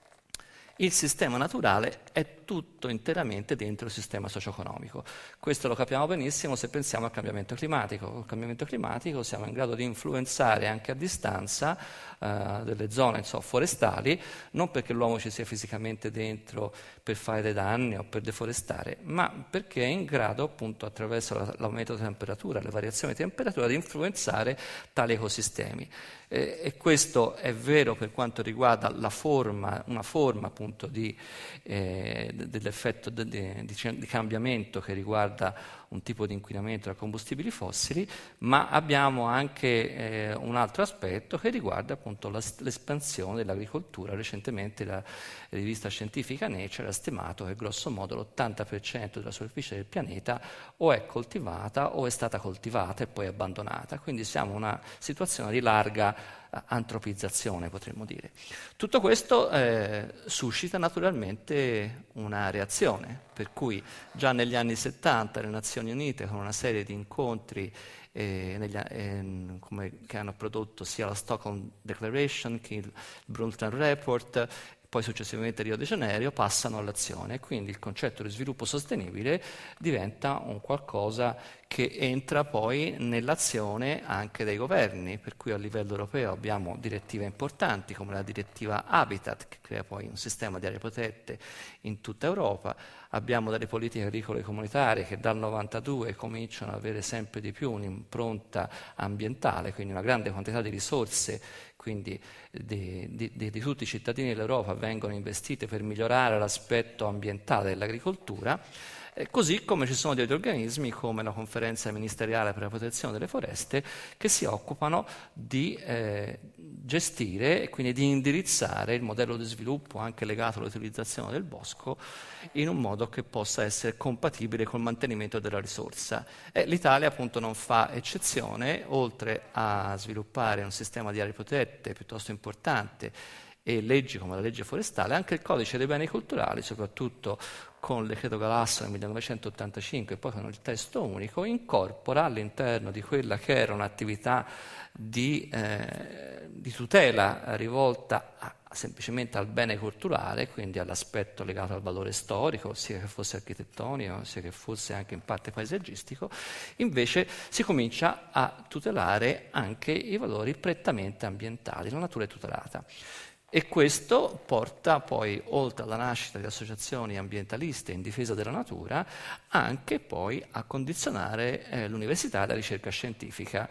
il sistema naturale è tutto interamente dentro il sistema socio-economico. Questo lo capiamo benissimo se pensiamo al cambiamento climatico. Con il cambiamento climatico siamo in grado di influenzare anche a distanza delle zone forestali, non perché l'uomo ci sia fisicamente dentro per fare dei danni o per deforestare, ma perché è in grado appunto attraverso l'aumento della temperatura, le variazioni di temperatura, di influenzare tali ecosistemi. E questo è vero per quanto riguarda una forma appunto dell'effetto di cambiamento che riguarda un tipo di inquinamento da combustibili fossili, ma abbiamo anche un altro aspetto che riguarda appunto l'espansione dell'agricoltura. Recentemente la rivista scientifica Nature ha stimato che grosso modo l'80% della superficie del pianeta o è coltivata o è stata coltivata e poi abbandonata, quindi siamo in una situazione di larga antropizzazione, potremmo dire. Tutto questo suscita naturalmente una reazione, per cui già negli anni 70 le Nazioni Unite, con una serie di incontri che hanno prodotto sia la Stockholm Declaration che il Brundtland Report, poi successivamente Rio de Janeiro, passano all'azione. Quindi il concetto di sviluppo sostenibile diventa un qualcosa che entra poi nell'azione anche dei governi, per cui a livello europeo abbiamo direttive importanti come la direttiva Habitat, che crea poi un sistema di aree protette in tutta Europa. Abbiamo delle politiche agricole comunitarie che dal 92 cominciano ad avere sempre di più un'impronta ambientale, quindi una grande quantità di risorse, quindi di tutti i cittadini dell'Europa, vengono investite per migliorare l'aspetto ambientale dell'agricoltura. Così come ci sono degli organismi come la Conferenza Ministeriale per la Protezione delle Foreste che si occupano di gestire e quindi di indirizzare il modello di sviluppo anche legato all'utilizzazione del bosco in un modo che possa essere compatibile col mantenimento della risorsa. L'Italia appunto non fa eccezione, oltre a sviluppare un sistema di aree protette piuttosto importante e leggi come la legge forestale, anche il codice dei beni culturali, soprattutto con il decreto Galasso nel 1985 e poi con il testo unico, incorpora all'interno di quella che era un'attività di tutela rivolta semplicemente al bene culturale, quindi all'aspetto legato al valore storico, sia che fosse architettonico, sia che fosse anche in parte paesaggistico, invece si comincia a tutelare anche i valori prettamente ambientali, la natura è tutelata. E questo porta poi, oltre alla nascita di associazioni ambientaliste in difesa della natura, anche poi a condizionare l'università e la ricerca scientifica.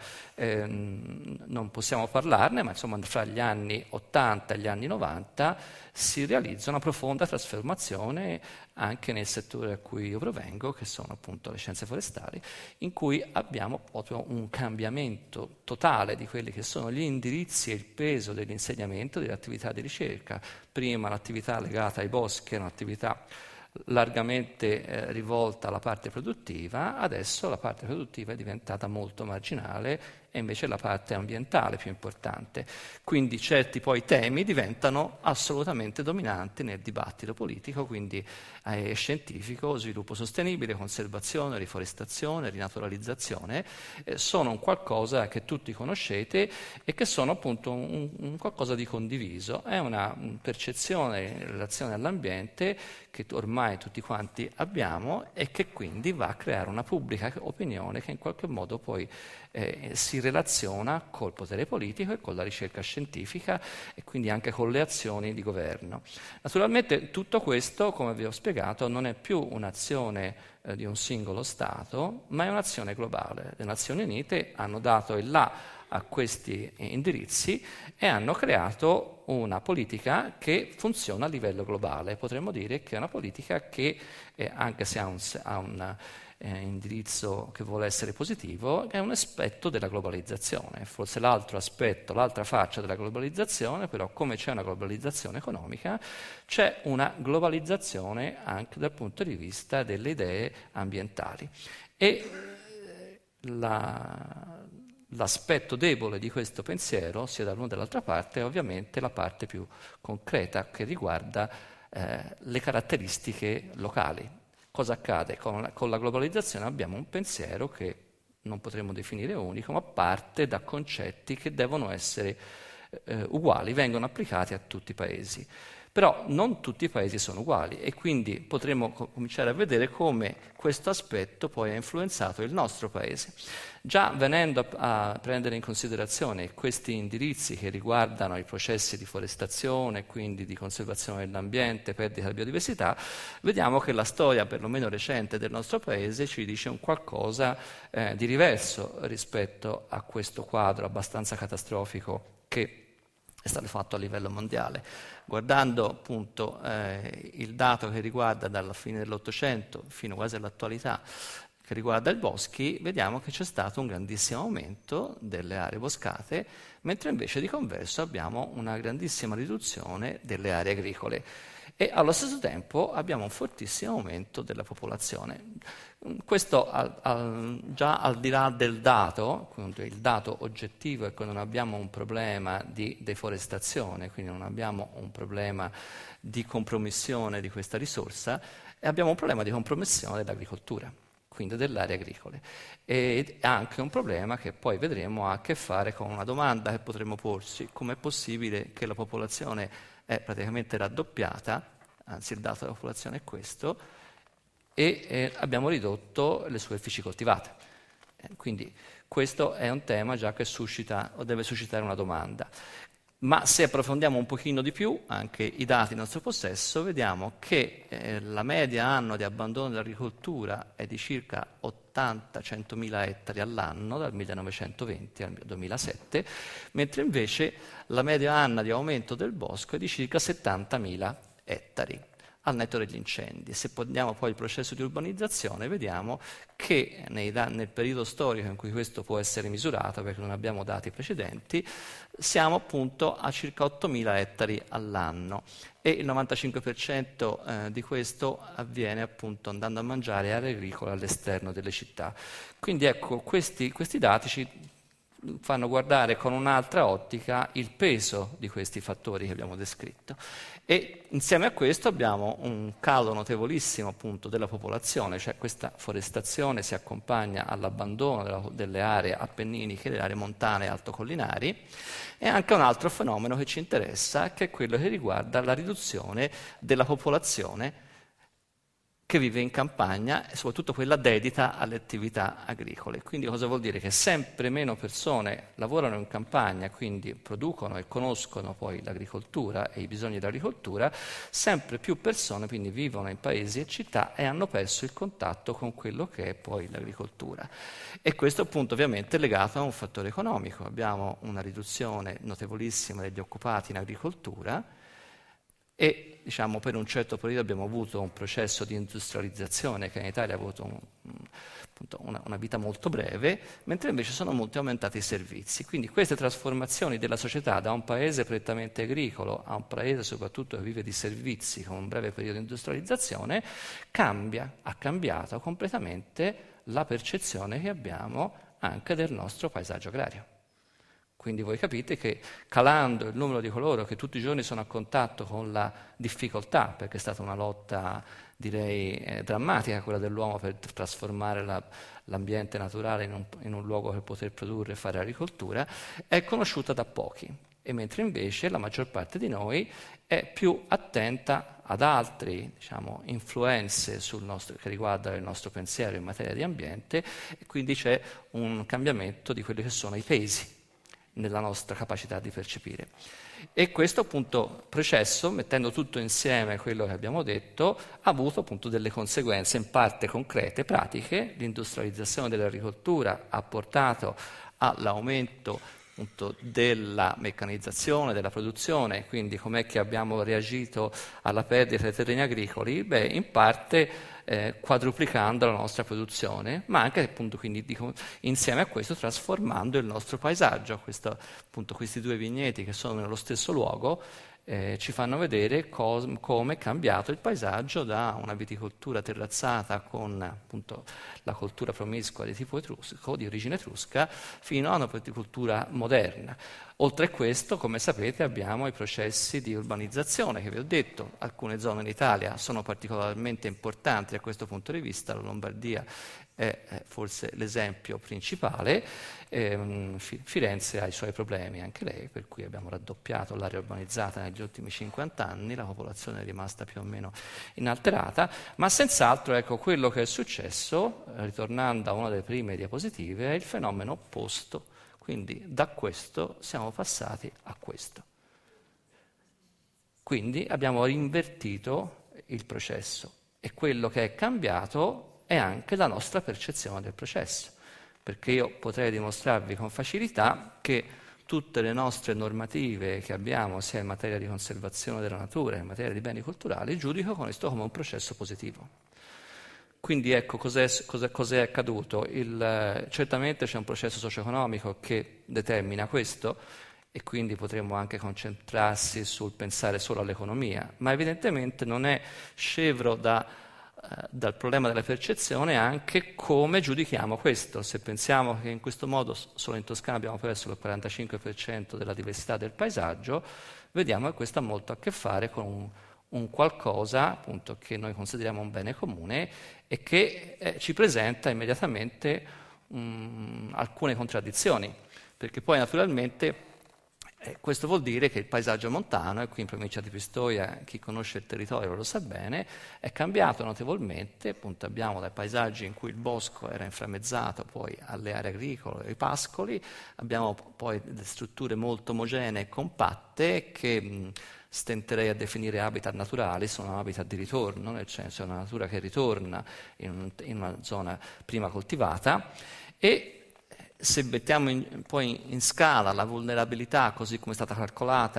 Non possiamo parlarne, ma insomma fra gli anni 80 e gli anni 90 si realizza una profonda trasformazione anche nel settore da cui io provengo, che sono appunto le scienze forestali, in cui abbiamo proprio un cambiamento totale di quelli che sono gli indirizzi e il peso dell'insegnamento delle attività di ricerca. Prima l'attività legata ai boschi era un'attività largamente rivolta alla parte produttiva, adesso la parte produttiva è diventata molto marginale e invece la parte ambientale più importante. Quindi certi poi temi diventano assolutamente dominanti nel dibattito politico, quindi scientifico, sviluppo sostenibile, conservazione, riforestazione, rinaturalizzazione, sono un qualcosa che tutti conoscete e che sono appunto un qualcosa di condiviso, è una percezione in relazione all'ambiente che ormai tutti quanti abbiamo e che quindi va a creare una pubblica opinione che in qualche modo poi si relaziona col potere politico e con la ricerca scientifica e quindi anche con le azioni di governo. Naturalmente tutto questo, come vi ho spiegato, non è più un'azione di un singolo Stato, ma è un'azione globale. Le Nazioni Unite hanno dato il là a questi indirizzi e hanno creato una politica che funziona a livello globale. Potremmo dire che è una politica che, anche se ha un indirizzo che vuole essere positivo, è un aspetto della globalizzazione. Forse l'altro aspetto, l'altra faccia della globalizzazione, però come c'è una globalizzazione economica, c'è una globalizzazione anche dal punto di vista delle idee ambientali. E l'aspetto debole di questo pensiero, sia dall'una che dall'altra parte, è ovviamente la parte più concreta che riguarda le caratteristiche locali. Cosa accade? Con la globalizzazione abbiamo un pensiero che non potremmo definire unico, ma parte da concetti che devono essere uguali, vengono applicati a tutti i paesi. Però non tutti i paesi sono uguali e quindi potremmo cominciare a vedere come questo aspetto poi ha influenzato il nostro paese. Già venendo a prendere in considerazione questi indirizzi che riguardano i processi di forestazione, quindi di conservazione dell'ambiente, perdita della biodiversità, vediamo che la storia perlomeno recente del nostro paese ci dice un qualcosa di diverso rispetto a questo quadro abbastanza catastrofico che è stato fatto a livello mondiale. Guardando appunto il dato che riguarda dalla fine dell'Ottocento fino quasi all'attualità, che riguarda i boschi, vediamo che c'è stato un grandissimo aumento delle aree boscate, mentre invece di converso abbiamo una grandissima riduzione delle aree agricole. E allo stesso tempo abbiamo un fortissimo aumento della popolazione. Questo già al di là del dato, quindi il dato oggettivo è che non abbiamo un problema di deforestazione, quindi non abbiamo un problema di compromissione di questa risorsa, e abbiamo un problema di compromissione dell'agricoltura, quindi delle aree agricole. E anche un problema che poi vedremo ha a che fare con una domanda che potremmo porci: com'è possibile che la popolazione è praticamente raddoppiata, anzi il dato della popolazione è questo, e abbiamo ridotto le superfici coltivate. Quindi questo è un tema già che suscita o deve suscitare una domanda. Ma se approfondiamo un pochino di più anche i dati in nostro possesso, vediamo che la media anno di abbandono dell'agricoltura è di circa 80-100.000 ettari all'anno dal 1920 al 2007, mentre invece la media anna di aumento del bosco è di circa 70.000 ettari al netto degli incendi. Se prendiamo poi il processo di urbanizzazione, vediamo che nel periodo storico in cui questo può essere misurato, perché non abbiamo dati precedenti, siamo appunto a circa 8.000 ettari all'anno e il 95% di questo avviene appunto andando a mangiare aree agricole all'esterno delle città. Quindi ecco, questi dati ci fanno guardare con un'altra ottica il peso di questi fattori che abbiamo descritto. E insieme a questo abbiamo un calo notevolissimo appunto della popolazione, cioè questa forestazione si accompagna all'abbandono delle aree appenniniche, delle aree montane e altocollinari, e anche un altro fenomeno che ci interessa, che è quello che riguarda la riduzione della popolazione che vive in campagna e soprattutto quella dedita alle attività agricole. Quindi cosa vuol dire? Che sempre meno persone lavorano in campagna, quindi producono e conoscono poi l'agricoltura e i bisogni dell'agricoltura, sempre più persone quindi vivono in paesi e città e hanno perso il contatto con quello che è poi l'agricoltura. E questo appunto ovviamente è legato a un fattore economico. Abbiamo una riduzione notevolissima degli occupati in agricoltura, e diciamo, per un certo periodo abbiamo avuto un processo di industrializzazione che in Italia ha avuto appunto una vita molto breve, mentre invece sono molto aumentati i servizi. Quindi queste trasformazioni della società da un paese prettamente agricolo a un paese soprattutto che vive di servizi con un breve periodo di industrializzazione ha cambiato completamente la percezione che abbiamo anche del nostro paesaggio agrario. Quindi voi capite che calando il numero di coloro che tutti i giorni sono a contatto con la difficoltà, perché è stata una lotta direi drammatica quella dell'uomo per trasformare l'ambiente naturale in un luogo per poter produrre e fare agricoltura, è conosciuta da pochi. E mentre invece la maggior parte di noi è più attenta ad altre influenze che riguardano il nostro pensiero in materia di ambiente, e quindi c'è un cambiamento di quelli che sono i pesi nella nostra capacità di percepire. E questo appunto processo, mettendo tutto insieme quello che abbiamo detto, ha avuto appunto delle conseguenze in parte concrete, pratiche. L'industrializzazione dell'agricoltura ha portato all'aumento appunto della meccanizzazione, della produzione. Quindi com'è che abbiamo reagito alla perdita dei terreni agricoli? Beh, in parte quadruplicando la nostra produzione, ma anche appunto quindi insieme a questo trasformando il nostro paesaggio. Questi due vigneti che sono nello stesso luogo ci fanno vedere come è cambiato il paesaggio da una viticoltura terrazzata con appunto la coltura promiscua di tipo etrusco, di origine etrusca, fino a una viticoltura moderna. Oltre a questo, come sapete, abbiamo i processi di urbanizzazione che vi ho detto. Alcune zone in Italia sono particolarmente importanti da questo punto di vista, la Lombardia è forse l'esempio principale, Firenze ha i suoi problemi anche lei, per cui abbiamo raddoppiato l'area urbanizzata negli ultimi 50 anni, la popolazione è rimasta più o meno inalterata, ma senz'altro ecco, quello che è successo, ritornando a una delle prime diapositive, è il fenomeno opposto. Quindi da questo siamo passati a questo. Quindi abbiamo invertito il processo, e quello che è cambiato è anche la nostra percezione del processo, perché io potrei dimostrarvi con facilità che tutte le nostre normative che abbiamo, sia in materia di conservazione della natura che in materia di beni culturali, giudico questo come un processo positivo. Quindi ecco cos'è accaduto. Certamente c'è un processo socio-economico che determina questo, e quindi potremmo anche concentrarsi sul pensare solo all'economia, ma evidentemente non è scevro dal problema della percezione anche come giudichiamo questo. Se pensiamo che in questo modo solo in Toscana abbiamo perso il 45% della diversità del paesaggio, vediamo che questo ha molto a che fare con un qualcosa appunto che noi consideriamo un bene comune e che ci presenta immediatamente alcune contraddizioni, perché poi naturalmente questo vuol dire che il paesaggio montano, e qui in provincia di Pistoia chi conosce il territorio lo sa bene, è cambiato notevolmente. Appunto abbiamo dai paesaggi in cui il bosco era inframmezzato poi alle aree agricole, ai pascoli, abbiamo poi delle strutture molto omogenee e compatte che stenterei a definire habitat naturali, sono habitat di ritorno, nel senso è una natura che ritorna in una zona prima coltivata. E se mettiamo poi in scala la vulnerabilità, così come è stata calcolata,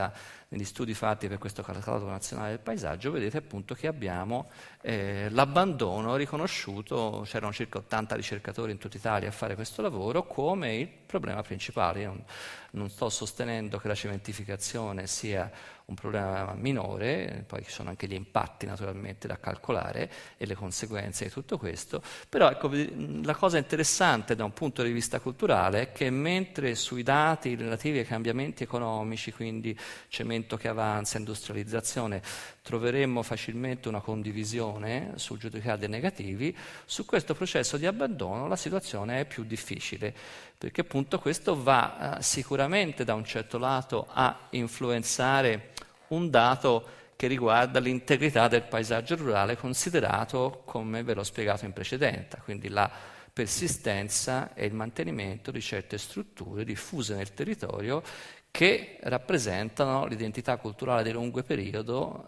negli studi fatti per questo catalogo nazionale del paesaggio, vedete appunto che abbiamo l'abbandono riconosciuto, c'erano circa 80 ricercatori in tutta Italia a fare questo lavoro, come il problema principale. Io non sto sostenendo che la cementificazione sia un problema minore, poi ci sono anche gli impatti naturalmente da calcolare e le conseguenze di tutto questo, però ecco, la cosa interessante da un punto di vista culturale è che mentre sui dati relativi ai cambiamenti economici, quindi cemento che avanza, industrializzazione, troveremmo facilmente una condivisione sul giudicare dei negativi, su questo processo di abbandono la situazione è più difficile, perché appunto questo va sicuramente da un certo lato a influenzare un dato che riguarda l'integrità del paesaggio rurale considerato come ve l'ho spiegato in precedenza, quindi la persistenza e il mantenimento di certe strutture diffuse nel territorio che rappresentano l'identità culturale di lungo periodo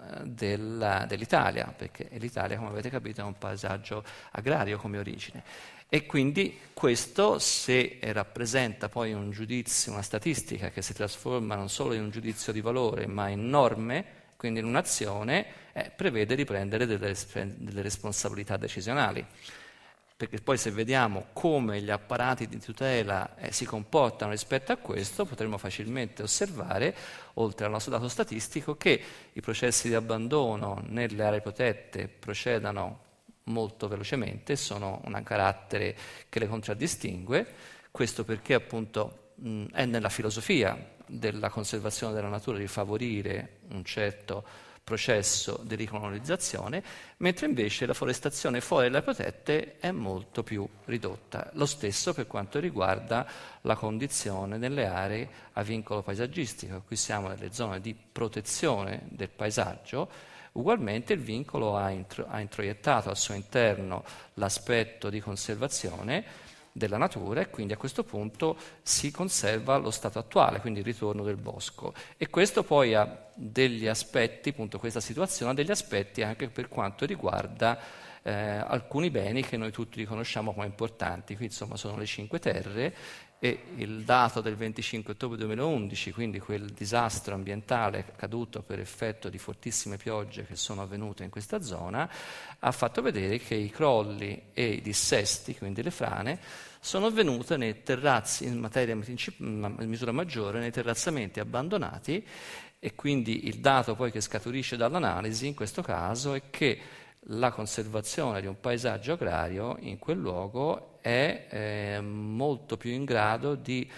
dell'Italia, perché l'Italia, come avete capito, è un paesaggio agrario come origine. E quindi questo, se rappresenta poi un giudizio, una statistica che si trasforma non solo in un giudizio di valore, ma in norme, quindi in un'azione, prevede di prendere delle responsabilità decisionali. Perché poi se vediamo come gli apparati di tutela si comportano rispetto a questo, potremo facilmente osservare, oltre al nostro dato statistico, che i processi di abbandono nelle aree protette procedano molto velocemente, sono un carattere che le contraddistingue, questo perché appunto è nella filosofia della conservazione della natura di favorire un certo processo di ricolonizzazione, mentre invece la forestazione fuori dalle protette è molto più ridotta. Lo stesso per quanto riguarda la condizione nelle aree a vincolo paesaggistico. Qui siamo nelle zone di protezione del paesaggio. Ugualmente il vincolo ha introiettato al suo interno l'aspetto di conservazione della natura e quindi a questo punto si conserva lo stato attuale, quindi il ritorno del bosco. E questo poi ha degli aspetti, appunto questa situazione ha degli aspetti anche per quanto riguarda alcuni beni che noi tutti riconosciamo come importanti. Qui insomma sono le Cinque Terre e il dato del 25 ottobre 2011, quindi quel disastro ambientale accaduto per effetto di fortissime piogge che sono avvenute in questa zona, ha fatto vedere che i crolli e i dissesti, quindi le frane, sono avvenute nei terrazzi, in misura maggiore, nei terrazzamenti abbandonati, e quindi il dato poi che scaturisce dall'analisi in questo caso è che la conservazione di un paesaggio agrario in quel luogo è molto più in grado di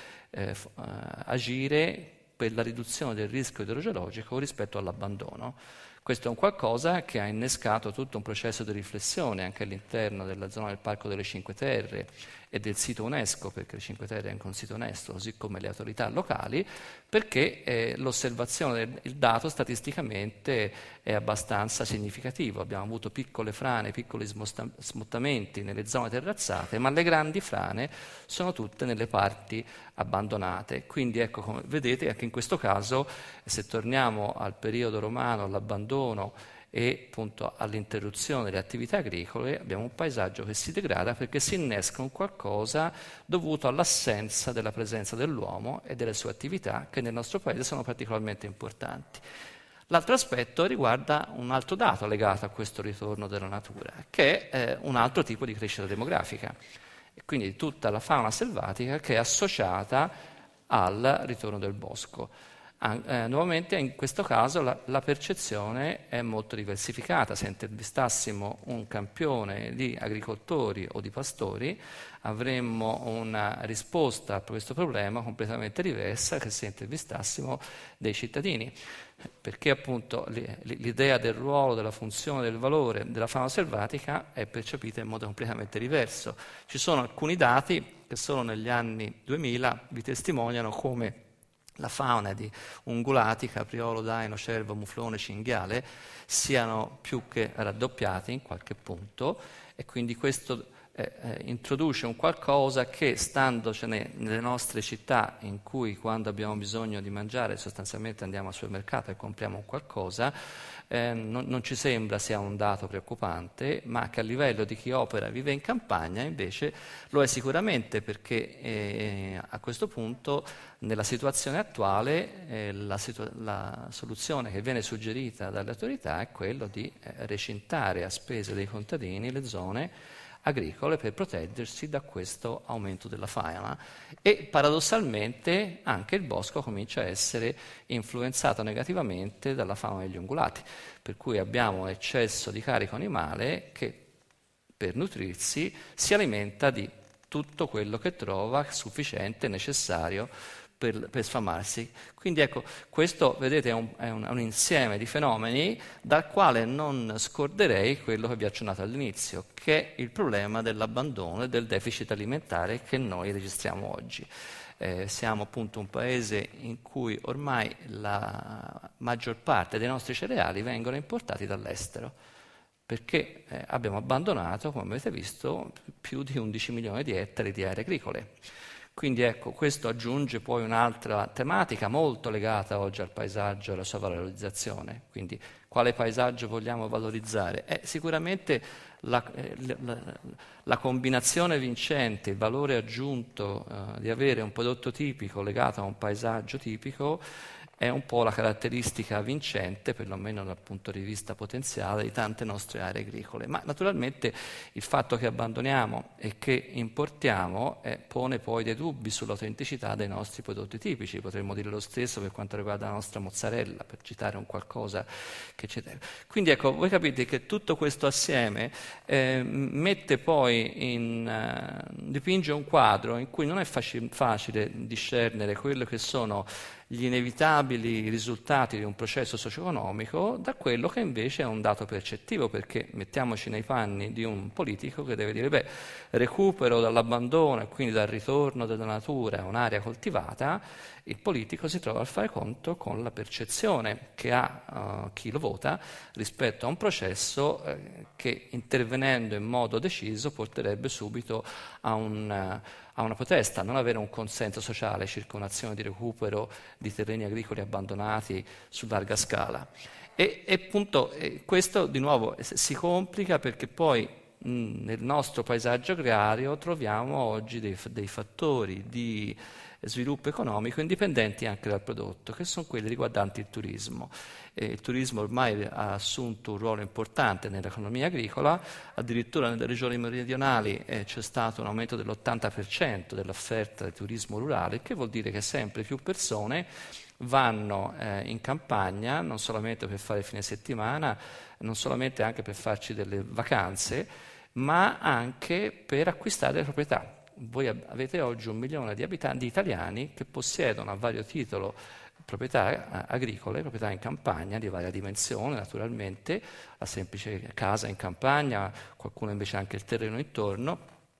agire per la riduzione del rischio idrogeologico rispetto all'abbandono. Questo è un qualcosa che ha innescato tutto un processo di riflessione anche all'interno della zona del Parco delle Cinque Terre e del sito UNESCO, perché le Cinque Terre è anche un sito UNESCO, così come le autorità locali, perché l'osservazione del dato statisticamente è abbastanza significativo. Abbiamo avuto piccole frane, piccoli smottamenti nelle zone terrazzate, ma le grandi frane sono tutte nelle parti abbandonate. Quindi ecco, come vedete, anche in questo caso, se torniamo al periodo romano, all'abbandono e appunto all'interruzione delle attività agricole, abbiamo un paesaggio che si degrada perché si innesca un qualcosa dovuto all'assenza della presenza dell'uomo e delle sue attività che nel nostro paese sono particolarmente importanti. L'altro aspetto riguarda un altro dato legato a questo ritorno della natura, che è un altro tipo di crescita demografica, e quindi tutta la fauna selvatica che è associata al ritorno del bosco. Nuovamente in questo caso la percezione è molto diversificata. Se intervistassimo un campione di agricoltori o di pastori avremmo una risposta a questo problema completamente diversa che se intervistassimo dei cittadini, perché appunto l'idea del ruolo, della funzione, del valore della fauna selvatica è percepita in modo completamente diverso. Ci sono alcuni dati che solo negli anni 2000 vi testimoniano come la fauna di ungulati, capriolo, daino, cervo, muflone, cinghiale siano più che raddoppiate in qualche punto, e quindi questo introduce un qualcosa che, standocene nelle nostre città, in cui quando abbiamo bisogno di mangiare sostanzialmente andiamo al supermercato e compriamo un qualcosa, non ci sembra sia un dato preoccupante, ma che a livello di chi opera e vive in campagna invece lo è sicuramente, perché a questo punto nella situazione attuale la soluzione che viene suggerita dalle autorità è quello di recintare a spese dei contadini le zone agricole per proteggersi da questo aumento della fauna, e paradossalmente anche il bosco comincia a essere influenzato negativamente dalla fauna degli ungulati, per cui abbiamo un eccesso di carico animale che per nutrirsi si alimenta di tutto quello che trova sufficiente e necessario per sfamarsi. Quindi ecco, questo vedete è un insieme di fenomeni dal quale non scorderei quello che vi ho accennato all'inizio, che è il problema dell'abbandono e del deficit alimentare che noi registriamo oggi. Siamo appunto un paese in cui ormai la maggior parte dei nostri cereali vengono importati dall'estero, perché abbiamo abbandonato, come avete visto, più di 11 milioni di ettari di aree agricole. Quindi ecco, questo aggiunge poi un'altra tematica molto legata oggi al paesaggio e alla sua valorizzazione. Quindi quale paesaggio vogliamo valorizzare? Sicuramente la combinazione vincente, il valore aggiunto di avere un prodotto tipico legato a un paesaggio tipico è un po' la caratteristica vincente, perlomeno dal punto di vista potenziale, di tante nostre aree agricole. Ma naturalmente il fatto che abbandoniamo e che importiamo pone poi dei dubbi sull'autenticità dei nostri prodotti tipici. Potremmo dire lo stesso per quanto riguarda la nostra mozzarella, per citare un qualcosa che c'è dentro. Quindi ecco, voi capite che tutto questo assieme mette poi dipinge un quadro in cui non è facile discernere quello che sono gli inevitabili risultati di un processo socio-economico da quello che invece è un dato percettivo, perché mettiamoci nei panni di un politico che deve dire recupero dall'abbandono e quindi dal ritorno della natura a un'area coltivata. Il politico si trova a fare conto con la percezione che ha chi lo vota rispetto a un processo che, intervenendo in modo deciso, porterebbe subito a una protesta, non avere un consenso sociale circa un'azione di recupero di terreni agricoli abbandonati su larga scala. E appunto questo di nuovo si complica perché poi nel nostro paesaggio agrario troviamo oggi dei fattori di sviluppo economico indipendenti anche dal prodotto, che sono quelli riguardanti il turismo. Il turismo ormai ha assunto un ruolo importante nell'economia agricola, addirittura nelle regioni meridionali c'è stato un aumento dell'80% dell'offerta di turismo rurale, che vuol dire che sempre più persone vanno in campagna non solamente per fare fine settimana, non solamente anche per farci delle vacanze, ma anche per acquistare le proprietà. Voi avete oggi 1 milione di abitanti, di italiani, che possiedono a vario titolo proprietà agricole, proprietà in campagna di varia dimensione, naturalmente, la semplice casa in campagna, qualcuno invece anche il terreno intorno,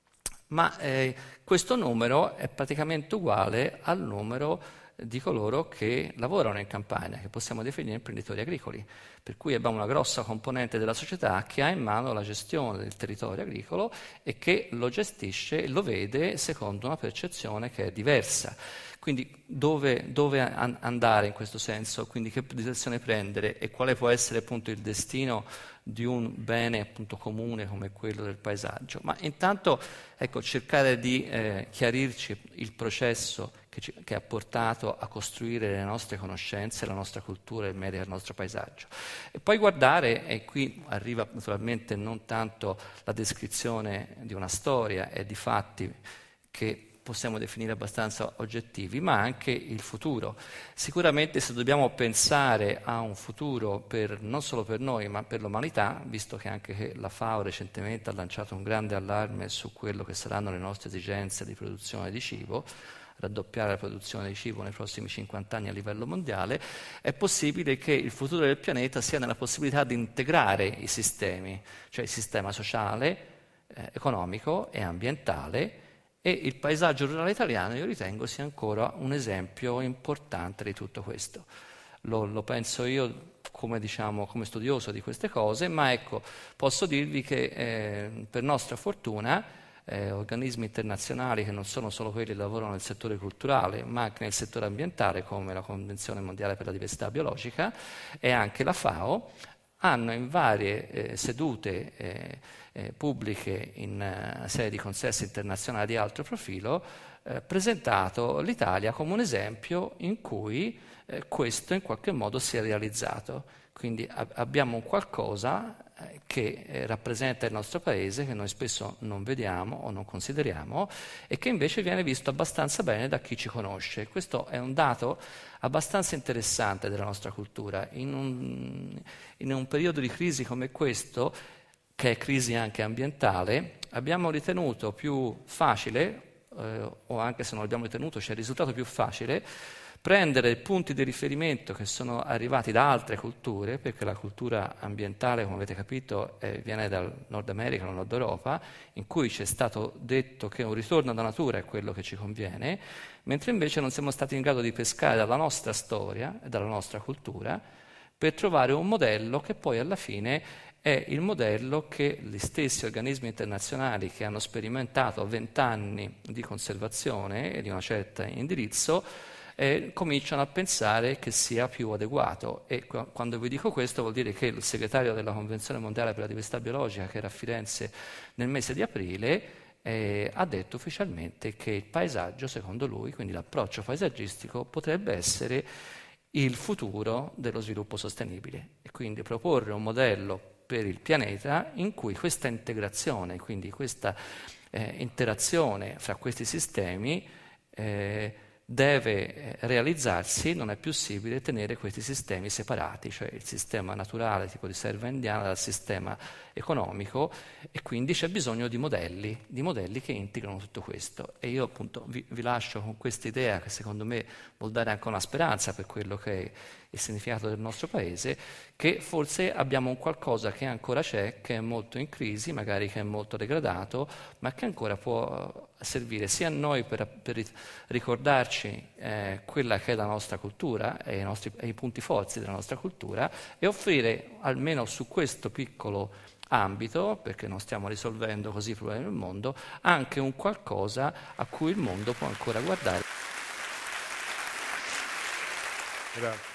ma questo numero è praticamente uguale al numero di coloro che lavorano in campagna, che possiamo definire imprenditori agricoli, per cui abbiamo una grossa componente della società che ha in mano la gestione del territorio agricolo e che lo gestisce e lo vede secondo una percezione che è diversa. Quindi dove andare in questo senso? Quindi che direzione prendere e quale può essere appunto il destino di un bene appunto comune come quello del paesaggio? Ma intanto ecco, cercare di chiarirci il processo che ha portato a costruire le nostre conoscenze, la nostra cultura in merito al nostro paesaggio. E poi guardare, e qui arriva naturalmente non tanto la descrizione di una storia e di fatti che possiamo definire abbastanza oggettivi, ma anche il futuro. Sicuramente se dobbiamo pensare a un futuro non solo per noi, ma per l'umanità, visto che anche la FAO recentemente ha lanciato un grande allarme su quello che saranno le nostre esigenze di produzione di cibo, raddoppiare la produzione di cibo nei prossimi 50 anni a livello mondiale, è possibile che il futuro del pianeta sia nella possibilità di integrare i sistemi, cioè il sistema sociale, economico e ambientale, e il paesaggio rurale italiano io ritengo sia ancora un esempio importante di tutto questo. Lo penso io come studioso di queste cose, ma ecco, posso dirvi che per nostra fortuna organismi internazionali che non sono solo quelli che lavorano nel settore culturale, ma anche nel settore ambientale, come la Convenzione Mondiale per la Diversità Biologica e anche la FAO, hanno in varie sedute pubbliche in sede di consessi internazionali di alto profilo presentato l'Italia come un esempio in cui questo in qualche modo si è realizzato. Quindi abbiamo un qualcosa che rappresenta il nostro paese, che noi spesso non vediamo o non consideriamo e che invece viene visto abbastanza bene da chi ci conosce. Questo è un dato abbastanza interessante della nostra cultura. In un periodo di crisi come questo, che è crisi anche ambientale, abbiamo ritenuto più facile, o anche se non l'abbiamo ritenuto, ci è risultato più facile, prendere punti di riferimento che sono arrivati da altre culture, perché la cultura ambientale, come avete capito, viene dal Nord America, dal Nord Europa, in cui ci è stato detto che un ritorno alla natura è quello che ci conviene, mentre invece non siamo stati in grado di pescare dalla nostra storia e dalla nostra cultura per trovare un modello che poi alla fine è il modello che gli stessi organismi internazionali che hanno sperimentato 20 anni di conservazione e di una certa indirizzo cominciano a pensare che sia più adeguato. E quando vi dico questo vuol dire che il segretario della Convenzione Mondiale per la Diversità Biologica, che era a Firenze nel mese di aprile, ha detto ufficialmente che il paesaggio, secondo lui, quindi l'approccio paesaggistico, potrebbe essere il futuro dello sviluppo sostenibile e quindi proporre un modello per il pianeta in cui questa integrazione, quindi questa interazione fra questi sistemi deve realizzarsi, non è più possibile tenere questi sistemi separati, cioè il sistema naturale tipo di selva indiana dal sistema economico, e quindi c'è bisogno di modelli che integrano tutto questo. E io appunto vi lascio con questa idea che secondo me vuol dare anche una speranza per quello che è il significato del nostro paese, che forse abbiamo un qualcosa che ancora c'è, che è molto in crisi, magari che è molto degradato, ma che ancora può servire sia a noi per ricordarci quella che è la nostra cultura e i punti forti della nostra cultura, e offrire almeno su questo piccolo ambito, perché non stiamo risolvendo così i problemi del mondo, anche un qualcosa a cui il mondo può ancora guardare. Grazie.